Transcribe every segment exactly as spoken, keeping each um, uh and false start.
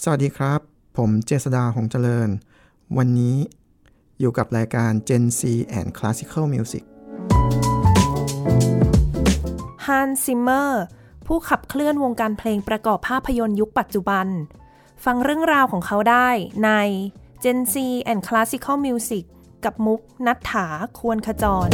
สวัสดีครับผมเจษฎาหงส์เจริญวันนี้อยู่กับรายการ Gen Z and Classical Music Hans Zimmer ผู้ขับเคลื่อนวงการเพลงประกอบภาพยนตร์ยุคปัจจุบันฟังเรื่องราวของเขาได้ใน Gen Z and Classical Music กับมุกณัฐฐา ควรขจร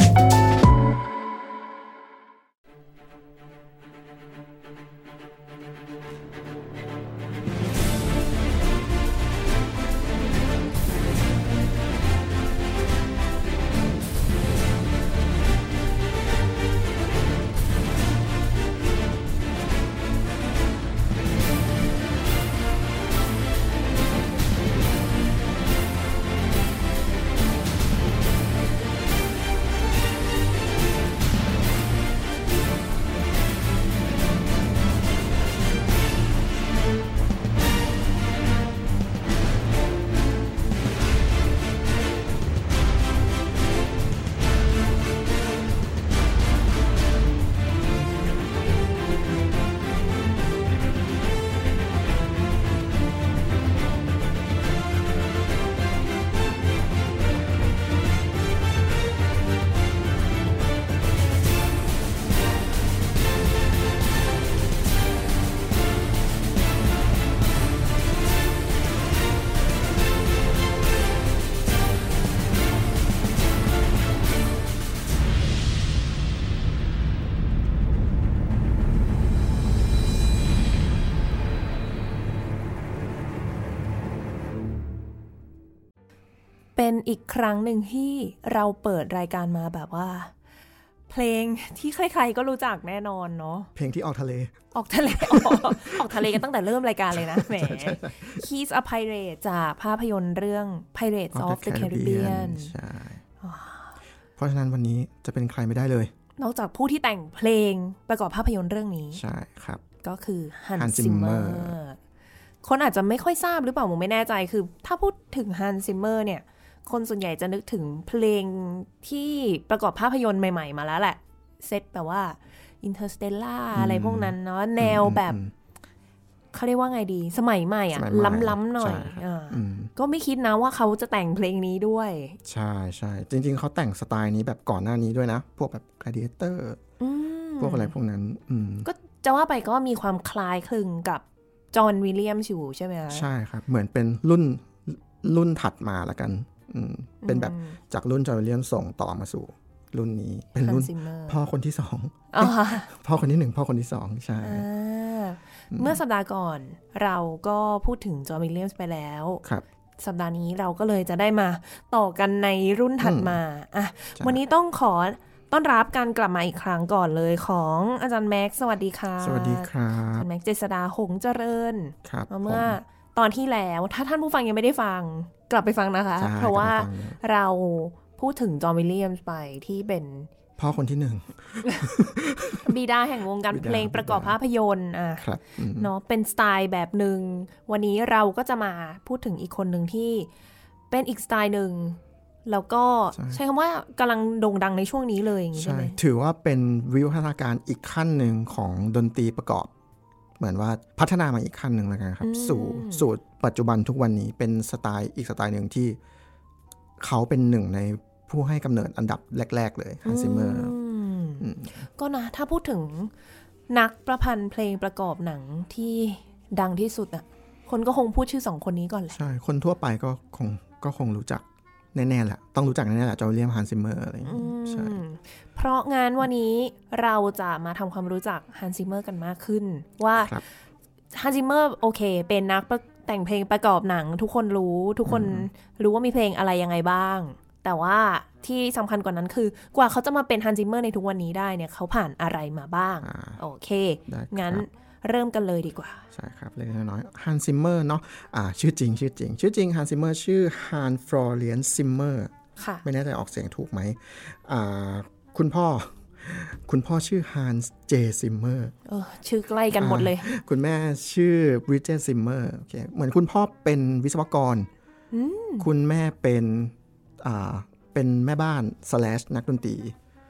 เป็นอีกครั้งหนึ่งที่เราเปิดรายการมาแบบว่าเพลงที่ใครๆก็รู้จักแน่นอนเนาะเพลงที่ออกทะเลออกทะเล ออกออกทะเลกันตั้งแต่เริ่มรายการเลยนะแหม He's a Pirate จากภาพยนตร์เรื่อง Pirates of the Caribbean ใช่เพราะฉะนั้นวันนี้จะเป็นใครไม่ได้เลยนอกจากผู้ที่แต่งเพลงประกอบภาพยนตร์เรื่องนี้ใช่ครับก็คือ Hans Zimmer คนอาจจะไม่ค่อยทราบหรือเปล่าผมไม่แน่ใจคือถ้าพูดถึง Hans Zimmer เนี่ยคนส่วนใหญ่จะนึกถึงเพลงที่ประกอบภาพยนตร์ใหม่ๆมาแล้วแหละเซตแบบว่า Interstellar อะไรพวกนั้นเนาะแนวแบบเขาเรียกว่าไงดีสมัยใหม่อ่ะล้ำๆหน่อยก็ไม่คิดนะว่าเขาจะแต่งเพลงนี้ด้วยใช่ใช่จริงๆเขาแต่งสไตล์นี้แบบก่อนหน้านี้ด้วยนะพวกแบบ Gladiator พวกอะไรพวกนั้นก็จะว่าไปก็มีความคล้ายคลึงกับจอห์นวิลเลียมส์อยู่ใช่ไหมคะใช่ครับเหมือนเป็นรุ่นรุ่นถัดมาละกันเป็นแบบจากรุ่นจอห์นวิลเลียมส์ส่งต่อมาสู่รุ่นนี้เป็นรุ่นพ่อคนที่สองพ่อคนที่หนึ่งพ่อคนที่สองใช่เมื่อสัปดาห์ก่อนเราก็พูดถึงจอห์นวิลเลียมส์ไปแล้วสัปดาห์นี้เราก็เลยจะได้มาต่อกันในรุ่นถัดมาอ่ะวันนี้ต้องขอต้อนรับการกลับมาอีกครั้งก่อนเลยของอาจารย์แม็กซ์สวัสดีค่ะสวัสดีครับอาจารย์แม็กซ์เจษฎาหงส์เจริญเมื่อตอนที่แล้วถ้าท่านผู้ฟังยังไม่ได้ฟังกลับไปฟังนะคะเพราะว่าเราพูดถึงจอห์นวิลเลียมส์ไปที่เป็นพ่อคนที่หนึ่งบิดาแห่งวงการเพลงประกอบภาพยนตร์อ่ะเนาะเป็นสไตล์แบบหนึ่งวันนี้เราก็จะมาพูดถึงอีกคนหนึ่งที่เป็นอีกสไตล์หนึ่งแล้วก็ใช้คำว่ากำลังโด่งดังในช่วงนี้เลยอย่างนี้ใช่ไหมถือว่าเป็นวิวัฒนาการอีกขั้นหนึ่งของดนตรีประกอบเหมือนว่าพัฒนามาอีกขั้นหนึ่งแล้วกันครับสู่สู่ปัจจุบันทุกวันนี้เป็นสไตล์อีกสไตล์หนึ่งที่เขาเป็นหนึ่งในผู้ให้กำเนิดอันดับแรกๆเลยฮันซิมเมอร์ก็นะถ้าพูดถึงนักประพันธ์เพลงประกอบหนังที่ดังที่สุดอ่ะคนก็คงพูดชื่อสองคนนี้ก่อนแหละใช่คนทั่วไปก็คงก็คงรู้จักแน่ๆแหละต้องรู้จักแน่ๆแหละจอห์นวิลเลียมฮันซิมเมอร์อะไรอย่างงี้ใช่เพราะงานวันนี้เราจะมาทำความรู้จักฮันซิมเมอร์กันมากขึ้นว่าฮันซิมเมอร์โอเคเป็นนักแต่งเพลงประกอบหนังทุกคนรู้ทุกคนรู้ว่ามีเพลงอะไรยังไงบ้างแต่ว่าที่สำคัญกว่านั้นคือกว่าเขาจะมาเป็นฮันซิมเมอร์ในทุกวันนี้ได้เนี่ยเขาผ่านอะไรมาบ้างโอเคงั้นเริ่มกันเลยดีกว่าใช่ครับเล็กน้อยฮันซิมเมอร์เนาะอ่าชื่อจริงชื่อจริงชื่อจริงฮันซิมเมอร์ชื่อฮันฟลอเรียนซิมเมอร์ไม่แน่ใจออกเสียงถูกไหมอ่าคุณพ่อคุณพ่อชื่อฮันส์เจซิมเมอร์เออชื่อใกล้กันหมดเลยคุณแม่ชื่อบริดเจตซิมเมอร์โอเคเหมือนคุณพ่อเป็นวิศวกรคุณแม่เป็นอ่าเป็นแม่บ้าน slash นักดนตรี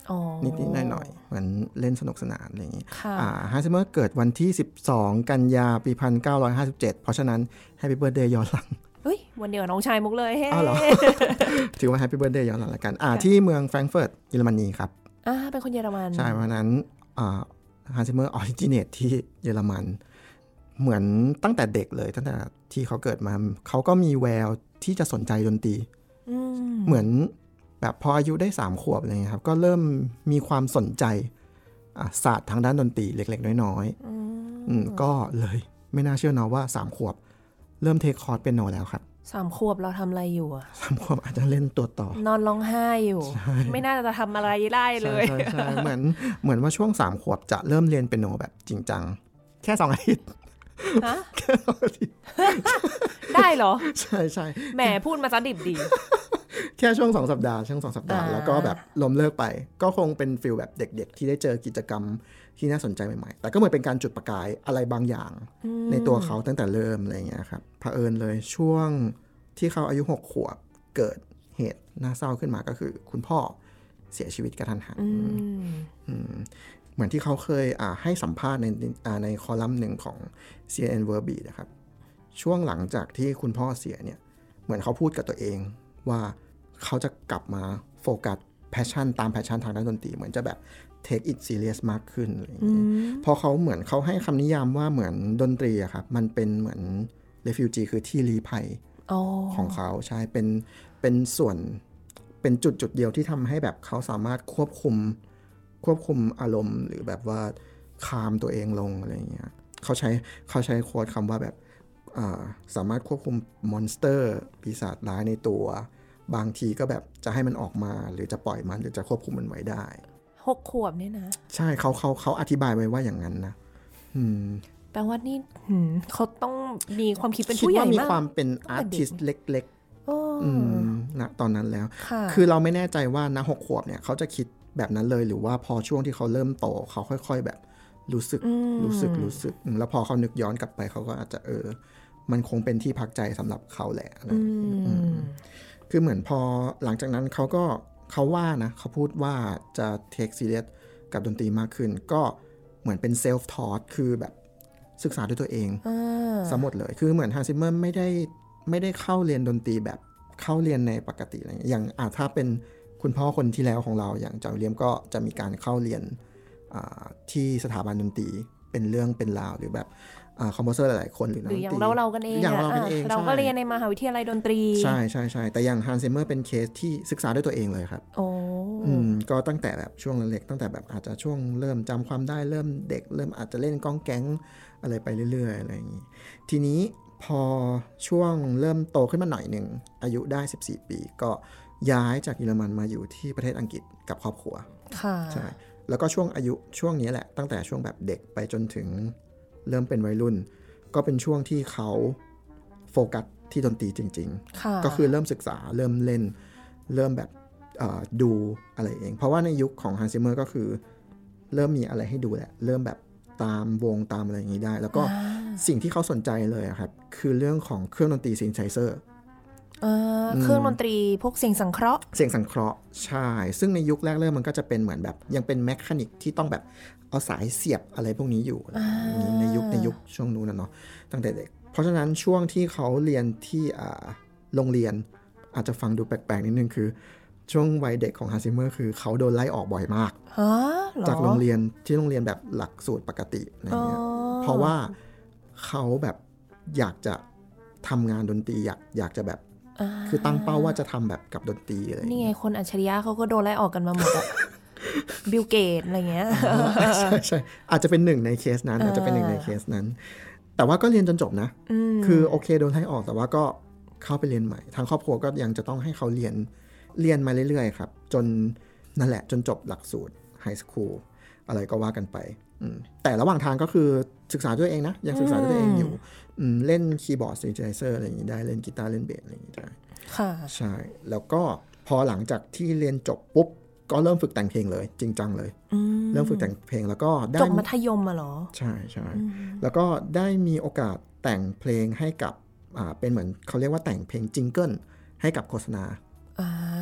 นิดๆหน่อยๆเหมือนเล่นสนุกสนานอะไรอย่างนี้ฮันซิเมอร์เกิดวันที่สิบสองกันยาปีหนึ่งพันเก้าร้อยห้าสิบเจ็ดเพราะฉะนั้นแฮปปี้เบิร์ธเดย์ย้อนหลังเฮ้ยวันเดียวน้องชายมุกเลยอ้าวเหรอ ถือว่าแฮปปี้เบิร์ธเดย์ย้อนหลังละกันอ่าที่เมืองแฟรงก์เฟิร์ตเยอรมนีครับอ่าเป็นคนเยอรมันใช่เพราะนั้นอ่าฮันซิเมอร์ออริจิเนตที่เยอรมันเหมือนตั้งแต่เด็กเลยตั้งแต่ที่เขาเกิดมาเขาก็มีแววที่จะสนใจดนตรีเหมือนแบบพออายุได้สามขวบอะไรเงี้ยครับก็เริ่มมีความสนใจศาสตร์ทางด้านดนตรีเล็กๆน้อยๆก็เลยไม่น่าเชื่อเนาะว่าสามขวบเริ่มเทคคอร์สเปียโนแล้วครับสามขวบเราทำอะไรอยู่อะสามขวบอาจจะเล่นตัวต่อนอนร้องไห้อยู่ไม่น่าจะทำอะไรได้เลยใช่ใช่เหมือนเหมือนว่าช่วงสามขวบจะเริ่มเรียนเปียโนแบบจริงจังแค่สองอาทิตย์ฮะแค่สองอาทิตย์ได้เหรอใช่ใช่แหมพูดมาซะดิบดีแค่ช่วงสองสัปดาห์ช่วงสองสัปดาห์แล้วก็แบบล้มเลิกไปก็คงเป็นฟีลแบบเด็กๆที่ได้เจอกิจกรรมที่น่าสนใจใหม่ๆแต่ก็เหมือนเป็นการจุดประกายอะไรบางอย่างในตัวเขาตั้งแต่เริ่มอะไรอย่างเงี้ยครับเผอิญเลยช่วงที่เขาอายุหกขวบเกิดเหตุน่าเศร้าขึ้นมาก็คือคุณพ่อเสียชีวิตกระทันหันเหมือนที่เขาเคยให้สัมภาษณ์ในในคอลัมน์หนึ่งของ ซี เอ็น เอ็น Verbeat นะครับช่วงหลังจากที่คุณพ่อเสียเนี่ยเหมือนเขาพูดกับตัวเองว่าเขาจะกลับมาโฟกัสแพชชั่นตามแพชชั่นทางด้านดนตรีเหมือนจะแบบ take it serious มากขึ้นอะไรอย่างนี้พอเขาเหมือนเขาให้คำนิยามว่าเหมือนดนตรีอะครับมันเป็นเหมือน refugee คือที่ลี้ภัย oh. ของเขาใช่เป็นเป็นส่วนเป็นจุดจุดเดียวที่ทำให้แบบเขาสามารถควบคุมควบคุมอารมณ์หรือแบบว่าคามตัวเองลงอะไรอย่างเงี้ยเขาใช้เขาใช้โค้ดคำว่าแบบสามารถควบคุมมอนสเตอร์ปีศาจร้ายในตัวบางทีก็แบบจะให้มันออกมาหรือจะปล่อยมันหรือจะควบคุมมันไว้ได้หกขวบเนี่ยนะใช่เขาเขาเขาอธิบายไว้ว่าอย่างนั้นนะแปลว่านี่เขาต้องมีความคิดเป็นผู้ใหญ่มากคิดว่ามีความเป็นอาร์ติสต์เล็กๆณตอนนั้นแล้วคือเราไม่แน่ใจว่าณหกขวบเนี่ยเขาจะคิดแบบนั้นเลยหรือว่าพอช่วงที่เขาเริ่มโตเขาค่อยๆแบบรู้สึกรู้สึกรู้สึกแล้วพอเขานึกย้อนกลับไปเขาก็อาจจะเออมันคงเป็นที่พักใจสำหรับเขาแหละอะไรคือเหมือนพอหลังจากนั้นเขาก็เขาว่านะเขาพูดว่าจะ take serious กับดนตรีมากขึ้นก็เหมือนเป็น self taught คือแบบศึกษาด้วยตัวเองซะหมดเลยคือเหมือนฮันซิเมอร์ไม่ได้ไม่ได้เข้าเรียนดนตรีแบบเข้าเรียนในปกติอะไรอย่างอย่างอ่ะถ้าเป็นคุณพ่อคนที่แล้วของเราอย่างจาวิลเลียมก็จะมีการเข้าเรียนที่สถาบันดนตรีเป็นเรื่องเป็นราวหรือแบบคอมโพเซอร์หลายๆคนหรือนักดนตรีอย่างเราเรากันเองอย่างเรากันเองเราก็เรียนในมหาวิทยาลัยดนตรีใช่ใช่ใช่แต่อย่างฮันซิเมอร์เป็นเคสที่ศึกษาด้วยตัวเองเลยครับโอ้อืมก็ตั้งแต่แบบช่วงเล็กตั้งแต่แบบอาจจะช่วงเริ่มจำความได้เริ่มเด็กเริ่มอาจจะเล่นก้องแก๊งอะไรไปเรื่อยๆอะไรอย่างนี้ทีนี้พอช่วงเริ่มโตขึ้นมาหน่อยหนึ่งอายุได้สิบสี่ปีก็ย้ายจากเยอรมันมาอยู่ที่ประเทศอังกฤษกับครอบครัวค่ะใช่แล้วก็ช่วงอายุช่วงนี้แหละตั้งแต่ช่วงแบบเด็กไปจนถึงเริ่มเป็นวัยรุ่นก็เป็นช่วงที่เขาโฟกัสที่ดนตรีจริงๆก็คือเริ่มศึกษาเริ่มเล่นเริ่มแบบดูอะไรเองเพราะว่าในยุคของฮันซิเมอร์ก็คือเริ่มมีอะไรให้ดูแหละเริ่มแบบตามวงตามอะไรอย่างนี้ได้แล้วก็สิ่งที่เขาสนใจเลยครับคือเรื่องของเครื่องดนตรีซินไทเซอร์เครื่องดนตรีพวกเสียงสังเคราะห์เสียงสังเคราะห์ใช่ซึ่งในยุคแรกเริ่มมันก็จะเป็นเหมือนแบบยังเป็นแมคานิกที่ต้องแบบเอาสายเสียบอะไรพวกนี้อยู่ในยุคในยุคช่วงนู้นนะเนาะตั้งแต่เด็กเพราะฉะนั้นช่วงที่เขาเรียนที่โรงเรียนอาจจะฟังดูแปลกๆนิดนึงคือช่วงวัยเด็กของฮันซิเมอร์คือเขาโดนไล่ออกบ่อยมากจากโรงเรียนที่โรงเรียนแบบหลักสูตรปกติอะไรเงี้ยเพราะว่าเขาแบบอยากจะทำงานดนตรีอยากอยากจะแบบคือตั้งเป้าว่าจะทำแบบกับดนตรีอะไรนี่ไงคนอัจฉริยะเขาก็โดนไล่ออกกันมาหมดอะบิลเกตอะไรเงี้ยใช่ใช่อาจจะเป็นหนึ่งในเคสนั้นอาจจะเป็นหนึ่งในเคสนั้นแต่ว่าก็เรียนจนจบนะคือโอเคโดนไล่ออกแต่ว่าก็เข้าไปเรียนใหม่ทางครอบครัวก็ยังจะต้องให้เขาเรียนเรียนมาเรื่อยๆครับจนนั่นแหละจนจบหลักสูตรไฮสคูลอะไรก็ว่ากันไปแต่ระหว่างทางก็คือศึกษาด้วยเองนะยังศึกษาด้วยตัวเองอยู่เล่นคีย์บอร์ดซินธิไทเซอร์อะไรอย่างนี้ได้เล่นกีตาร์เล่นเบสอะไรอย่างนี้ได้ค่ะใช่แล้วก็พอหลังจากที่เรียนจบปุ๊บก็เริ่มฝึกแต่งเพลงเลยจริงจังเลยเริ่มฝึกแต่งเพลงแล้วก็ได้จบมัธยมมาหรอใช่ใช่แล้วก็ได้มีโอกาสแต่งเพลงให้กับอ่าเป็นเหมือนเขาเรียกว่าแต่งเพลงจิงเกิลให้กับโฆษณา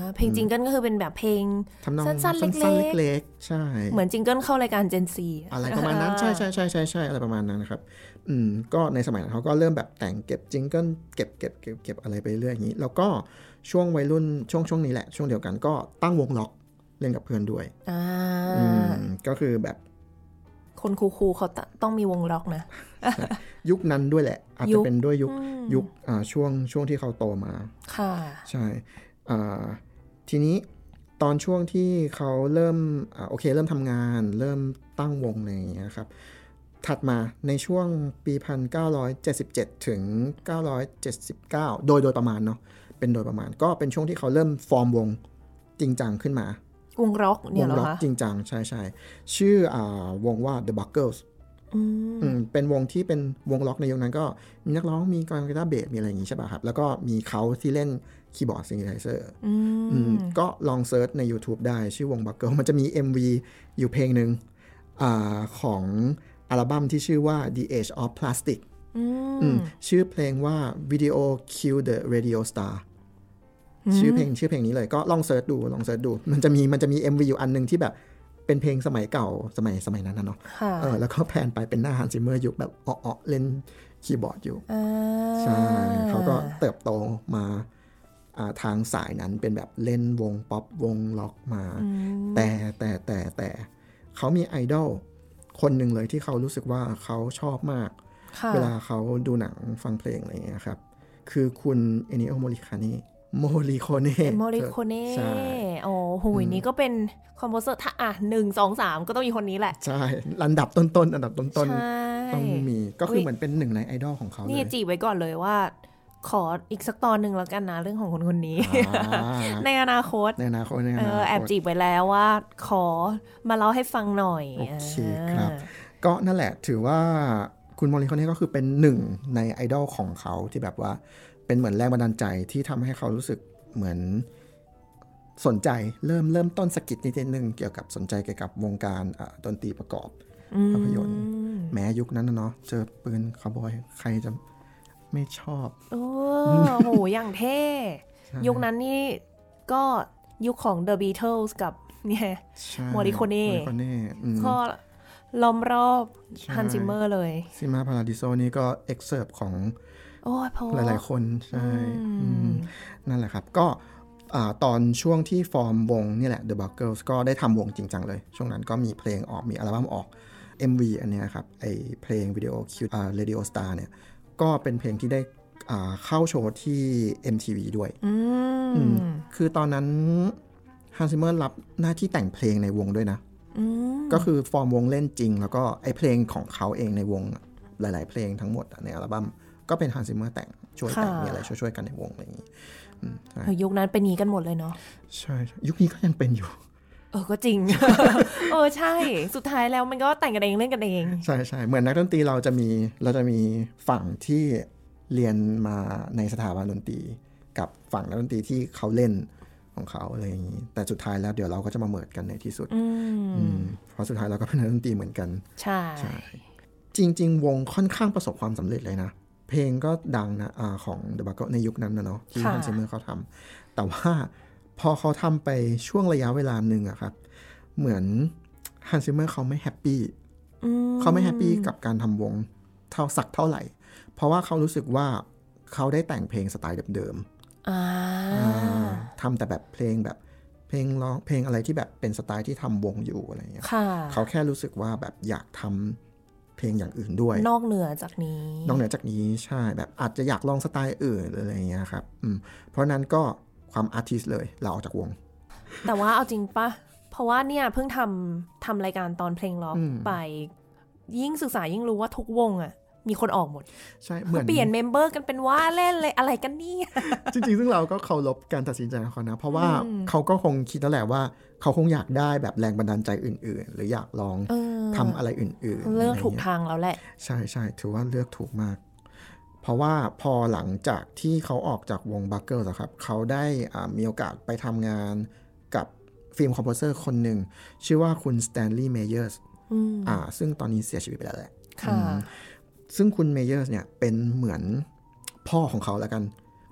เพลงจิงเกิลก็คือเป็นแบบเพลงสั้นๆเล็กๆใช่เหมือนจิงเกิลเข้ารายการ Gen Z อะไรประมาณนั้นใช่ใช่ใช่ใช่ใช่อะไรประมาณนั้นนะครับอืมก็ในสมัยนั้นเขาก็เริ่มแบบแต่งเก็บจิงเกิลเก็บเก็บเก็บเก็บอะไรไปเรื่อยอย่างนี้แล้วก็ช่วงวัยรุ่นช่วงช่วงนี้แหละช่วงเดียวกันก็ตั้งวงล็อกเล่นกับเพื่อนด้วยอ่าอืมก็คือแบบคนคูลๆเขาต้องมีวงล็อกนะยุคนั้นด้วยแหละอาจจะเป็นด้วยยุคยุคอ่าช่วงช่วงที่เขาโตมาค่ะใช่อ่าทีนี้ตอนช่วงที่เขาเริ่มอ่าโอเคเริ่มทำงานเริ่มตั้งวงอะไรอย่างเงี้ยครับถัดมาในช่วงปีหนึ่งพันเก้าร้อยเจ็ดสิบเจ็ดถึงหนึ่งพันเก้าร้อยเจ็ดสิบเก้าโดยโดยประมาณเนาะเป็นโดยประมาณก็เป็นช่วงที่เขาเริ่มฟอร์มวงจริงจังขึ้นมาวงร็อกเนี่ยเหรอคะวงร็อกจริงจังใช่ๆชื่ออ่าวงว่า The Buggles อืมเป็นวงที่เป็นวงล็อกในยุคนั้นก็มีนักร้องมีกลองกีตาร์เบสมีอะไรอย่างงี้ใช่ป่ะครับแล้วก็มีเขาที่เล่นคีย์บอร์ดซินธิไทเซอร์อืมก็ลองเซิร์ชใน YouTube ได้ชื่อวง Buggles มันจะมี เอ็ม วี อยู่เพลงนึงอ่าของอัลบั้มที่ชื่อว่า The Age of Plastic อืมชื่อเพลงว่า Video Kill the Radio Starชื่อเพลงชื่อเพลงนี้เลยก็ลองเซิร์ชดูลองเซิร์ชดูมันจะมีมันจะมี เอ็ม วี อยู่อันนึงที่แบบเป็นเพลงสมัยเก่าสมัยสมัยนั้นนะเนาะเออแล้วก็แพนไปเป็นหน้าฮันซิมเมอร์อยู่แบบอ้อๆเล่นคีย์บอร์ดอยู่ใช่เขาก็เติบโตมาทางสายนั้นเป็นแบบเล่นวงป๊อปวงล็อกมาแต่แต่แต่แต่เขามีไอดอลคนหนึ่งเลยที่เขารู้สึกว่าเขาชอบมากเวลาเขาดูหนังฟังเพลงอะไรอย่างเงี้ยครับคือคุณเอนิโอ โมริคาเน่โมริโคเน่โมริโคเน่โอ้โหนี้ก็เป็นคอมโพเซอร์ถ้าอ่ะหนึ่ง สอง สามก็ต้องมีคนนี้แหละใช่อันดับต้นๆอันดับต้นๆต้องมีก็คือเหมือนเป็นหนึ่งในไอดอลของเขาเลยนี่จีบไว้ก่อนเลยว่าขออีกสักตอนหนึ่งแล้วกันนะเรื่องของคนคนนี้ในอนาคตในอนาคตในอนาคตแอบจีบไว้แล้วว่าขอมาเล่าให้ฟังหน่อยโอเคครับก็นั่นแหละถือว่าคุณโมริโคเน่ก็คือเป็นหนึ่งในไอดอลของเขาที่แบบว่าเป็นเหมือนแรงบันดาลใจที่ทำให้เขารู้สึกเหมือนสนใจเริ่มเริ่มต้นสกิดนิดนึงเกี่ยวกับสนใจเกี่ยวกับวงการดนตรีประกอบภาพยนตร์แม้ยุคนั้นนะเนาะเจอปืนคาวบอยใครจะไม่ชอบโอ้โหอย่างเท่ยุคนั้นนี่ก็ยุคของ The Beatles กับเนี่ยโมริโคเน่ก็ล้อมรอบฮันซิมเมอร์เลยซิมาพาราดิโซนี่ก็เอ็กเซิร์ฟของหลายๆคนใช่นั่นแหละครับก็ตอนช่วงที่ฟอร์มวงนี่แหละ The Buggles ก็ได้ทำวงจริงจังเลยช่วงนั้นก็มีเพลงออกมีอัลบั้มออก เอ็ม วี อันนี้ครับไอเพลงวิดีโอคิว Radio Star เนี่ยก็เป็นเพลงที่ได้เข้าโชว์ที่ เอ็ม ที วี ด้วยคือตอนนั้นฮันซิมเมอร์รับหน้าที่แต่งเพลงในวงด้วยนะก็คือฟอร์มวงเล่นจริงแล้วก็ไอเพลงของเขาเองในวงหลายๆเพลงทั้งหมดในอัลบั้มก็เป็นฮันซิมเมอร์แต่งช่วยแต่งมีอะไรช่วยๆกันในวงอะไรอย่างนี้ยุคนั้นเป็นนี้กันหมดเลยเนาะใช่ยุคนี้ก็ยังเป็นอยู่เออก็จริง เออใช่สุดท้ายแล้วมันก็แต่งกันเองเล่นกันเองใช่ใช่เหมือนนักดนตรีเราจะมีเราจะมีฝั่งที่เรียนมาในสถาบันดนตรีกับฝั่งนักดนตรีที่เขาเล่นของเขาอะไรอย่างนี้แต่สุดท้ายแล้วเดี๋ยวเราก็จะมาเมิร์จกันในที่สุดเพราะสุดท้ายเราก็เป็นนักดนตรีเหมือนกันใช่จริงๆวงค่อนข้างประสบความสำเร็จเลยนะเพลงก็ดังนะอาของ The Buggles ในยุคนั้นนะเนาะที่ฮันซิมเมอร์เขาทำแต่ว่าพอเขาทำไปช่วงระยะเวลาหนึ่งอะครับเหมือนฮันซิมเมอร์เขาไม่แฮปปี้เขาไม่แฮปปี้กับการทำวงเท่าสักเท่าไหร่เพราะว่าเขารู้สึกว่าเขาได้แต่งเพลงสไตล์เดิมๆทำแต่แบบเพลงแบบเพลงร้องเพลงอะไรที่แบบเป็นสไตล์ที่ทำวงอยู่อะไรอย่างเงี้ยเขาแค่รู้สึกว่าแบบอยากทำเพลงอย่างอื่นด้วยนอกเหนือจากนี้นอกเหนือจากนี้ใช่แบบอาจจะอยากลองสไตล์อื่นอะไรอย่างเงี้ยครับเพราะนั้นก็ความอาร์ติสต์เลยเราออกจากวงแต่ว่าเอาจริงปะเพราะว่าเนี่ยเพิ่งทำทำรายการตอนเพลงล็อกไปยิ่งศึกษายิ่งรู้ว่าทุกวงอ่ะมีคนออกหมดใช่เหมือนเปลี่ยนเมมเบอร์กันเป็นว่าเล่นเลยอะไรกันนี่จริงๆซึ่งเราก็เคารพการตัดสินใจของเขานะเพราะว่าเขาก็คงคิดแล้วแหละว่าเขาคงอยากได้แบบแรงบันดาลใจอื่นๆหรืออยากลองทำอะไรอื่นๆเลือกถูกทางแล้วแหละใช่ใช่ถือว่าเลือกถูกมากเพราะว่าพอหลังจากที่เขาออกจากวง Buggles ครับเขาได้มีโอกาสไปทำงานกับฟิล์มคอมโพเซอร์คนหนึ่งชื่อว่าคุณสแตนลีย์ เมเยอร์สอ่าซึ่งตอนนี้เสียชีวิตไปแล้วแหละซึ่งคุณเมเยอร์สเนี่ยเป็นเหมือนพ่อของเขาแล้วกัน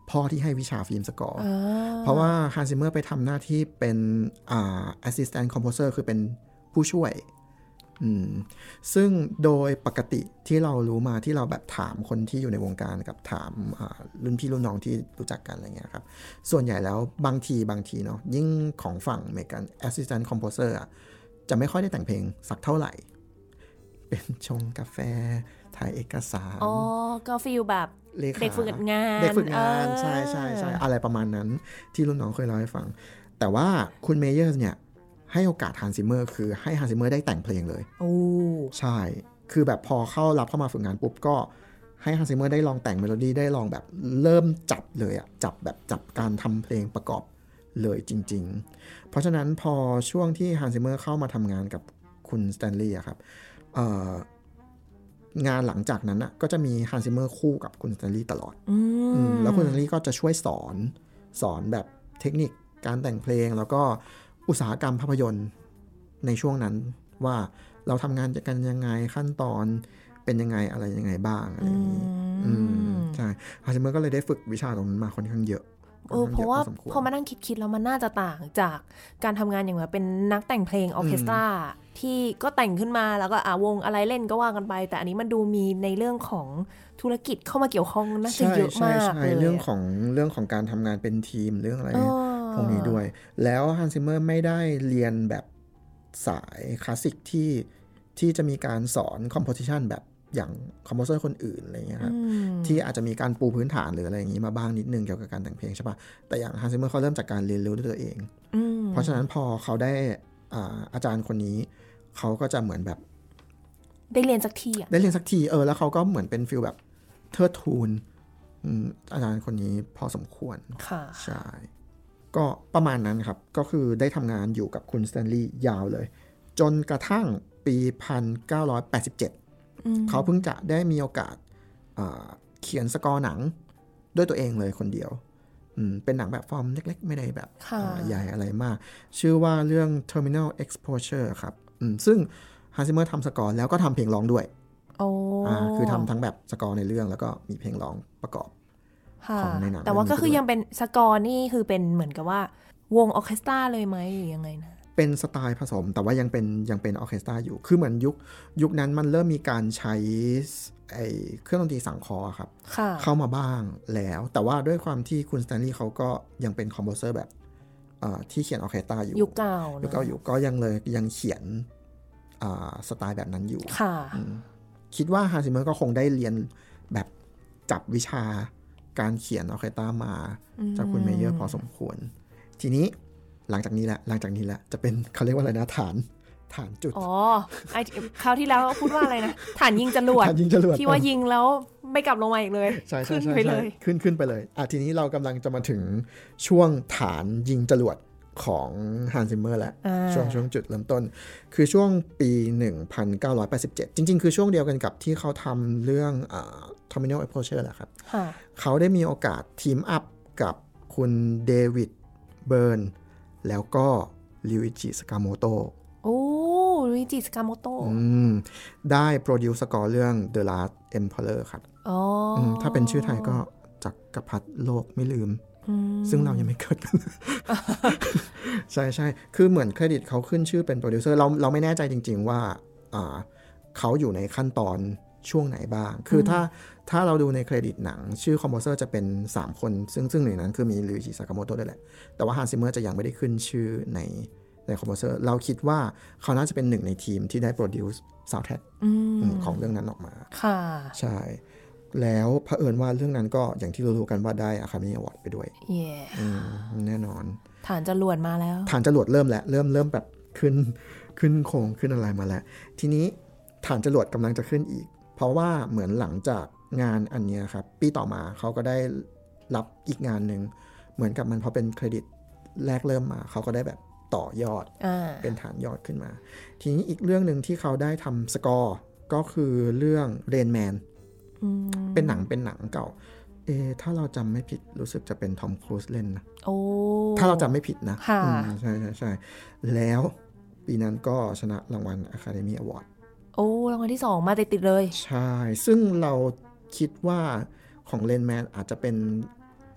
พ่อที่ให้วิชาฟิล์มสกอร์เพราะว่าฮันซิเมอร์ไปทำหน้าที่เป็นอ่า assistant composer คือเป็นผู้ช่วยซึ่งโดยปกติที่เรารู้มาที่เราแบบถามคนที่อยู่ในวงการกับถามรุ่นพี่รุ่นน้องที่รู้จักกันอะไรเงี้ยครับส่วนใหญ่แล้วบางทีบางทีเนาะยิ่งของฝั่งอเมริกัน assistant composer อ่ะจะไม่ค่อยได้แต่งเพลงสักเท่าไหร่เป็นชงกาแฟถ่ายเอกสารอ๋อก็ฟีลแบบเด็กฝึกงานเด็กฝึกงานใช่ใช่ใช่อะไรประมาณนั้นที่รุ่นน้องเคยเล่าให้ฟังแต่ว่าคุณเมเยอร์เนี่ยให้โอกาสฮันซิเมอร์คือให้ฮันซิเมอร์ได้แต่งเพลงเลยโอ้ใช่คือแบบพอเข้ารับเข้ามาฝึกงานปุ๊บก็ให้ฮันซิเมอร์ได้ลองแต่งเมโลดี้ได้ลองแบบเริ่มจับเลยอะจับแบบจับการทำเพลงประกอบเลยจริงๆเพราะฉะนั้นพอช่วงที่ฮันซิเมอร์เข้ามาทำงานกับคุณสแตนลีย์อะครับงานหลังจากนั้นอะก็จะมีฮันซิเมอร์คู่กับคุณสแตนลีย์ตลอดแล้วคุณสแตนลีย์ก็จะช่วยสอนสอนแบบเทคนิคการแต่งเพลงแล้วก็อุตสาหกรรมภาพยนตร์ในช่วงนั้นว่าเราทำงานกันยังไงขั้นตอนเป็นยังไงอะไรยังไงบ้างอะไรอย่างนี้ใช่ฮันซิเมอร์ก็เลยได้ฝึกวิชาตรงนั้นมาค่อนข้างเยอะเออเพราะว่าพอมานั่งคิดๆแล้วมันน่าจะต่างจากการทำงานอย่างแบบเป็นนักแต่งเพลงออร์เคสตราที่ก็แต่งขึ้นมาแล้วก็อ่าวงอะไรเล่นก็ว่ากันไปแต่อันนี้มันดูมีในเรื่องของธุรกิจเข้ามาเกี่ยวข้องน่าจะเยอะมากเลยเรื่องของเรื่องของการทำงานเป็นทีมเรื่องอะไรพวกนี้ด้วยแล้วฮันซิเมอร์ไม่ได้เรียนแบบสายคลาสสิกที่ที่จะมีการสอนคอมโพสิชันแบบอย่างคอมโพเซอร์คนอื่นอะไรเงี้ยครับที่อาจจะมีการปูพื้นฐานหรืออะไรอย่างนี้มาบ้างนิดนึงเกี่ยวกับการแต่งเพลงใช่ปะแต่อย่างฮันซิเมอร์เขาเริ่มจากการเรียนรู้ด้วยตัวเองเพราะฉะนั้นพอเขาได้ อา อาจารย์คนนี้เขาก็จะเหมือนแบบได้เรียนสักทีได้เรียนสักทีเออแล้วเขาก็เหมือนเป็นฟีลแบบเทิดทูนอาจารย์คนนี้พอสมควรค่ะใช่ก็ประมาณนั้นครับก็คือได้ทำงานอยู่กับคุณสแตนลีย์ยาวเลยจนกระทั่งปีหนึ่งพันเก้าร้อยแปดสิบเจ็ดเขาเพิ่งจะได้มีโอกาสเขียนสกอร์หนังด้วยตัวเองเลยคนเดียวเป็นหนังแบบฟอร์มเล็กๆไม่ได้แบบใหญ่อะไรมากชื่อว่าเรื่อง Terminal Exposure ครับซึ่งฮันซิเมอร์ทำสกอร์แล้วก็ทำเพลงร้องด้วยโอ้คือทำทั้งแบบสกอร์ในเรื่องแล้วก็มีเพลงร้องประกอบของในหนังแต่ว่าก็คือยังเป็นสกอร์นี่คือเป็นเหมือนกับว่าวงออร์เคสตราเลยไหมหรือยังไงนะเป็นสไตล์ผสมแต่ว่ายังเป็นยังเป็นออร์เคสตราอยู่คือเหมือนยุคยุคนั้นมันเริ่มมีการใช้ไอ้เครื่องดนตรีสังเคราะห์ครับเข้ามาบ้างแล้วแต่ว่าด้วยความที่คุณสแตนลีย์เขาก็ยังเป็นคอมโพเซอร์แบบที่เขียนออร์เคสตราอยู่ยุคเก่ายุคเก่าอยู่ก็ยังเลยยังเขียนสไตล์แบบนั้นอยู่คิดว่าฮันซิเมอร์ก็คงได้เรียนแบบจับวิชาการเขียนออร์เคสตรามาจากคุณเมเยอร์พอสมควรทีนี้หลังจากนี้แหละหลังจากนี้แหละจะเป็นเขาเรียกว่าอะไรนะฐานฐานจุดอ๋อไอ้คราวที่แล้วพูดว่าอะไรนะฐานยิงจรวดฐานยิงจรวดที่ว่ายิงแล้วไม่กลับลงมาอีกเลยใช่ใช่ใช่ขึ้นขึ้นไปเลยอ่ะทีนี้เรากำลังจะมาถึงช่วงฐานยิงจรวดของฮันซิเมอร์แล้วช่วงช่วงจุดเริ่มต้นคือช่วงปีหนึ่งพันเก้าร้อยแปดสิบเจ็ดจริงๆคือช่วงเดียวกันกับที่เขาทำเรื่องอ่า Terminal Exposure แหละครับเขาได้มีโอกาสทีมอัพกับคุณเดวิดเบิร์นแล้วก็ริวอิจิสกาโมโตะโอ้ริวอิจิสกาโมโตะได้โปรดิวซ์สกอร์เรื่อง The Last Emperor ครับอ๋อถ้าเป็นชื่อไทยก็จักรพรรดิโลกไม่ลืมซึ่งเรายังไม่เกิดกัน ใช่ใช่คือเหมือนเครดิตเขาขึ้นชื่อเป็นโปรดิวเซอร์เราเราไม่แน่ใจจริงๆว่าเขาอยู่ในขั้นตอนช่วงไหนบ้างคือถ้าถ้าเราดูในเครดิตหนังชื่อคอมโพเซอร์จะเป็นสามคนซึ่งซึ่งหนึ่งนั้นคือมีริวจิสากาโมโตะด้วยแหละแต่ว่าฮันซิเมอร์จะยังไม่ได้ขึ้นชื่อในในคอมโพเซอร์เราคิดว่าเขาน่าจะเป็นหนึ่งในทีมที่ได้โปรดิวซ์ซาวด์แทร็กของเรื่องนั้นออกมาค่ะใช่แล้วเผอิญว่าเรื่องนั้นก็อย่างที่รู้ๆกันว่าได้อะคาเดมี่อวอร์ดไปด้วย yeah. แน่นอนฐานจรวดมาแล้วฐานจรวดเริ่มแล้วเริ่มเริ่มแบบขึ้นขึ้นโครงขึ้นอะไรมาแล้วทีนี้ฐานจรวดกำลังจะขึ้นอีกเพราะว่าเหมือนหลังจากงานอันนี้ครับปีต่อมาเขาก็ได้รับอีกงานหนึ่งเหมือนกับมันพอเป็นเครดิตแรกเริ่มมาเขาก็ได้แบบต่อยอดเป็นฐานยอดขึ้นมาทีนี้อีกเรื่องหนึ่งที่เขาได้ทำสกอร์ก็คือเรื่องเรนแมนเป็นหนังเป็นหนังเก่าเอถ้าเราจำไม่ผิดรู้สึกจะเป็นทอมครูซเล่นนะถ้าเราจำไม่ผิดนะใช่ใช่ใช่แล้วปีนั้นก็ชนะรางวัล Academy Award โอ้รางวัลที่สองมาติดๆเลยใช่ซึ่งเราคิดว่าของเลนแมนอาจจะเป็น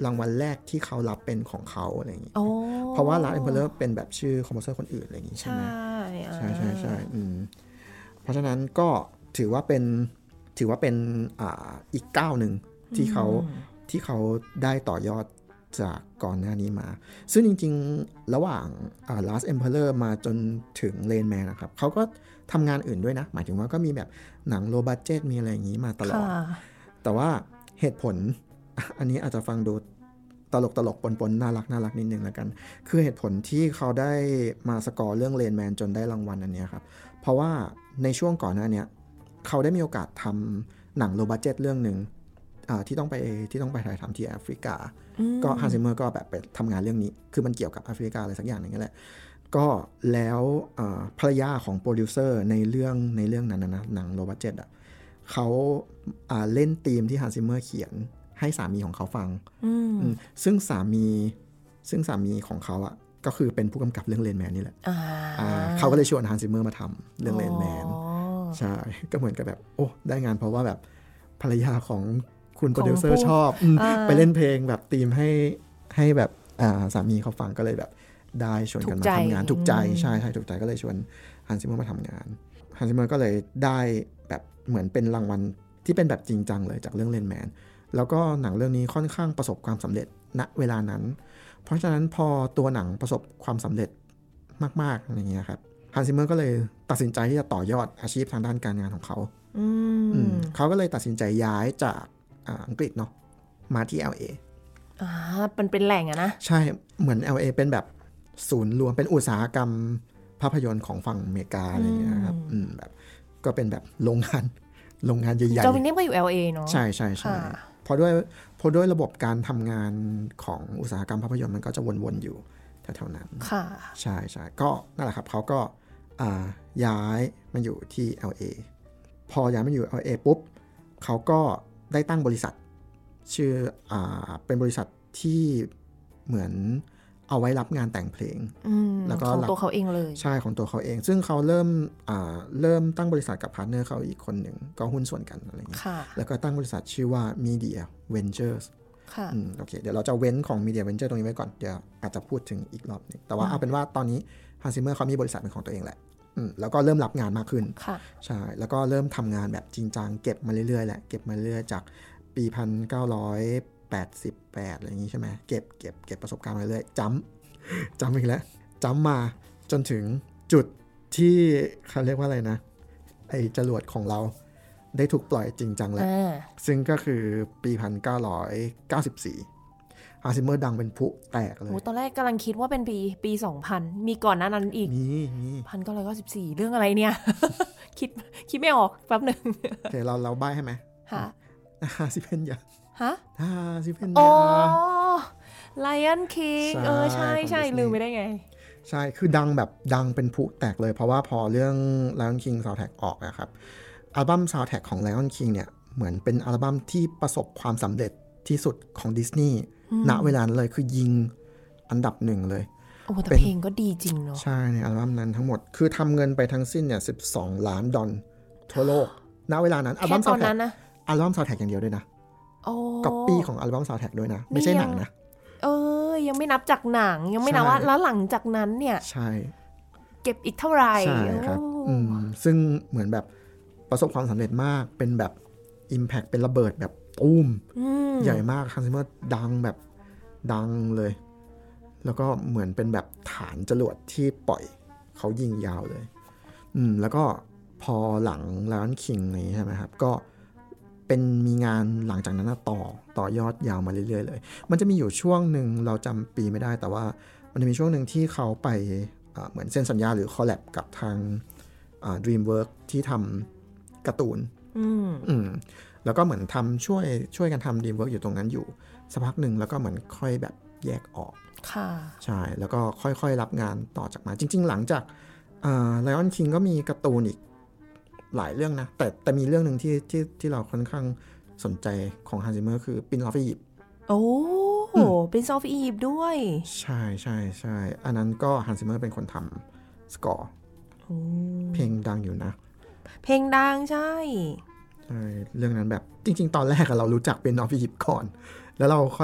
รางวัลแรกที่เขารับเป็นของเขาอะไรอย่างงี้เพราะว่า Last Emperor เป็นแบบชื่อคอมโพเซอร์คนอื่นอะไรอย่างงี้ใช่ไหมใช่ใช่ใช่อืมเพราะฉะนั้นก็ถือว่าเป็นถือว่าเป็นอ่าอีกก้าวหนึ่งที่เขาที่เขาได้ต่อยอดจากก่อนหน้านี้มาซึ่งจริงๆระหว่าง Last Emperor มาจนถึง Rain Man นะครับเขาก็ทำงานอื่นด้วยนะหมายถึงว่าก็มีแบบหนังโลบัดเจ็ตมีอะไรอย่างนี้มาตลอดแต่ว่าเหตุผลอันนี้อาจจะฟังดูตลกตลกปนๆน่ารักน่ารักนิดนึงแล้วกันคือเหตุผลที่เขาได้มาสกอร์เรื่อง Rain Man จนได้รางวัลอันนี้ครับเพราะว่าในช่วงก่อนหน้านี้เขาได้มีโอกาสทำหนังโลบัดเจ็ตเรื่องหนึ่งที่ต้องไปที่ต้องไปถ่ายทำที่แอฟริกาก็ฮันซิเมอร์ก็แบบไปทำงานเรื่องนี้คือมันเกี่ยวกับแอฟริกาอะไรสักอย่างนึงนั่นแหละก็แล้วภรรยาของโปรดิวเซอร์ในเรื่องในเรื่องนั้นนะหนังโลบัดเจ็ตอ่ะเขาเล่นธีมที่ฮันซิเมอร์เขียนให้สามีของเขาฟังซึ่งสามีซึ่งสามีของเขาอ่ะก็คือเป็นผู้กำกับเรื่องเรนแมนนี่แหละเขาก็เลยชวนฮันซิเมอร์มาทำเรื่องเรนแมนใช่ก็เหมือนกับแบบโอ้ได้งานเพราะว่าแบบภรรยาของคุณโปรดิวเซอร์ชอบไปเล่นเพลงแบบธีมให้ให้แบบสามีเขาฟังก็เลยแบบได้ชวนกันมาทำงานถูกใจใช่ใช่ถูกใจก็เลยชวนฮันซิเมอร์มาทำงานฮันซิเมอร์ก็เลยได้แบบเหมือนเป็นรางวัลที่เป็นแบบจริงจังเลยจากเรื่องเรนแมนแล้วก็หนังเรื่องนี้ค่อนข้างประสบความสำเร็จณเวลานั้นเพราะฉะนั้นพอตัวหนังประสบความสำเร็จมากๆอะไรเงี้ยครับฮันซิเมอร์ก็เลยตัดสินใจที่จะต่อยอดอาชีพทางด้านการงานของเขาเขาก็เลยตัดสินใจย้ายจากอังกฤษเนาะมาที่ แอล เออ่ามันเป็นแหล่งอะนะใช่เหมือน แอล เอ เป็นแบบศูนย์รวมเป็นอุตสาหกรรมภาพยนตร์ของฝั่งอเมริกาอะไรอย่างเงี้ยครับอืมแบบก็เป็นแบบโรงงานโรงงานใหญ่ๆจอห์นวินนี่ก็อยู่ แอล เอ เนาะใช่ใช่ใช่เพราะด้วยเพราะด้วยระบบการทำงานของอุตสาหกรรมภาพยนตร์มันก็จะวนๆอยู่แถวๆนั้นค่ะใช่ใช่ก็นั่นแหละครับเขาก็ย้ายมาอยู่ที่ แอล เอ พอย้ายมาอยู่ แอล เอ ปุ๊บเขาก็ได้ตั้งบริษัทชื่ออ่าเป็นบริษัทที่เหมือนเอาไว้รับงานแต่งเพลงแล้วก็ของตัวเขาเองเลยใช่ของตัวเขาเองซึ่งเขาเริ่มอ่าเริ่มตั้งบริษัทกับพาร์ทเนอร์เขาอีกคนหนึ่งก็หุ้นส่วนกันอะไรอย่างเงี้ยแล้วก็ตั้งบริษัทชื่อว่า Media Ventures ค่ะอืมโอเคเดี๋ยวเราจะเว้นของ Media Ventures ตรงนี้ไว้ก่อนเดี๋ยวอาจจะพูดถึงอีกรอบนึงแต่ว่าเอาเป็นว่าตอนนี้ฮันซิเมอร์เขามีบริษัทเป็นของตัวเองแหละแล้วก็เริ่มรับงานมากขึ้นใช่แล้วก็เริ่มทำงานแบบจริงจังเก็บมาเรื่อยๆแหละเก็บมาเรื่อยๆจากปีหนึ่งพันเก้าร้อยแปดสิบแปดอะไรอย่างนี้ใช่ไหมเก็บเก็บเก็บประสบการณ์มาเรื่อยๆจำจำอีกแล้วจำมาจนถึงจุดที่เขาเรียกว่าอะไรนะไอ้จรวดของเราได้ถูกปล่อยจริงจังแล้วซึ่งก็คือปีหนึ่งพันเก้าร้อยเก้าสิบสี่ฮันซิเมอร์ดังเป็นผุแตกเลยตอนแรกกำลังคิดว่าเป็นปีปีสองพันมีก่อนหน้านั้นอีกมีมีหนึ่งพันเก้าร้อยเก้าสิบสี่เรื่องอะไรเนี่ย คิดคิดไม่ออกแป๊บนึงโอเคเราเราใบ้ให้ไหมฮะฮาซิเพนยาฮะฮาซิเพนยาอ๋อ Lion King เออใช่ใช่ลืมไปได้ไงใช่คือดังแบบดังเป็นผุแตกเลยเพราะว่าพอเรื่อง Lion King Soundtrack ออกนะครับอัลบั้ม Soundtrack ของ Lion King เนี่ยเหมือนเป็นอัลบั้มที่ประสบความสำเร็จที่สุดของดิสนีย์ณเวลานั้นเลยคือยิงอันดับหนึ่งเลยโอ้แต่เพลงก็ดีจริงเนาะใช่ในอัลบั้มนั้นทั้งหมดคือทำเงินไปทั้งสิ้นเนี่ยสิบสองล้านดอลทั่วโลกณเวลานั้นอัลบั้ม Soundtrack อัลบั้ม Soundtrack อย่างเดียวด้วยนะก๊อปปี้ของอัลบั้ม Soundtrack ด้วยนะไม่ใช่หนังนะเออยังไม่นับจากหนังยังไม่นับว่าแล้วหลังจากนั้นเนี่ยใช่เก็บอีกเท่าไหร่ใช่ครับอืมซึ่งเหมือนแบบประสบความสำเร็จมากเป็นแบบ Impact เป็นระเบิดแบบตุ้มใหญ่มากฮันซิเมอร์ดังแบบดังเลยแล้วก็เหมือนเป็นแบบฐานจรวดที่ปล่อยเขายิงยาวเลยอืมแล้วก็พอหลังLion Kingนี้ใช่ไหมครับก็เป็นมีงานหลังจากนั้นต่อต่อยอดยาวมาเรื่อยๆเลยมันจะมีอยู่ช่วงหนึ่งเราจำปีไม่ได้แต่ว่ามันจะมีช่วงหนึ่งที่เขาไปเหมือนเซ็นสัญญาหรือคอลแลบกับทาง DreamWorks ที่ทำการ์ตูนอืมแล้วก็เหมือนทำช่วยช่วยกันทำ DreamWorks อยู่ตรงนั้นอยู่สักพักหนึ่งแล้วก็เหมือนค่อยแบบแยกออกค่ะใช่แล้วก็ค่อยๆรับงานต่อจากมาจริงๆหลังจากLion King ก็มีการ์ตูนอีกหลายเรื่องนะแต่แต่มีเรื่องหนึ่งที่ที่ที่เราค่อนข้างสนใจของฮันซิเมอร์คือ Prince of Egypt โอ้ Prince of Egypt ด้วยใช่ใช่ใช่อันนั้นก็ฮันซิเมอร์เป็นคนทำสกอร์เพลงดังอยู่นะเพลงดังใช่ใช่เรื่องนั้นแบบจริงๆตอนแรกเรารู้จักเป็น Prince of Egypt ก่อนแล้วเราค่อยมา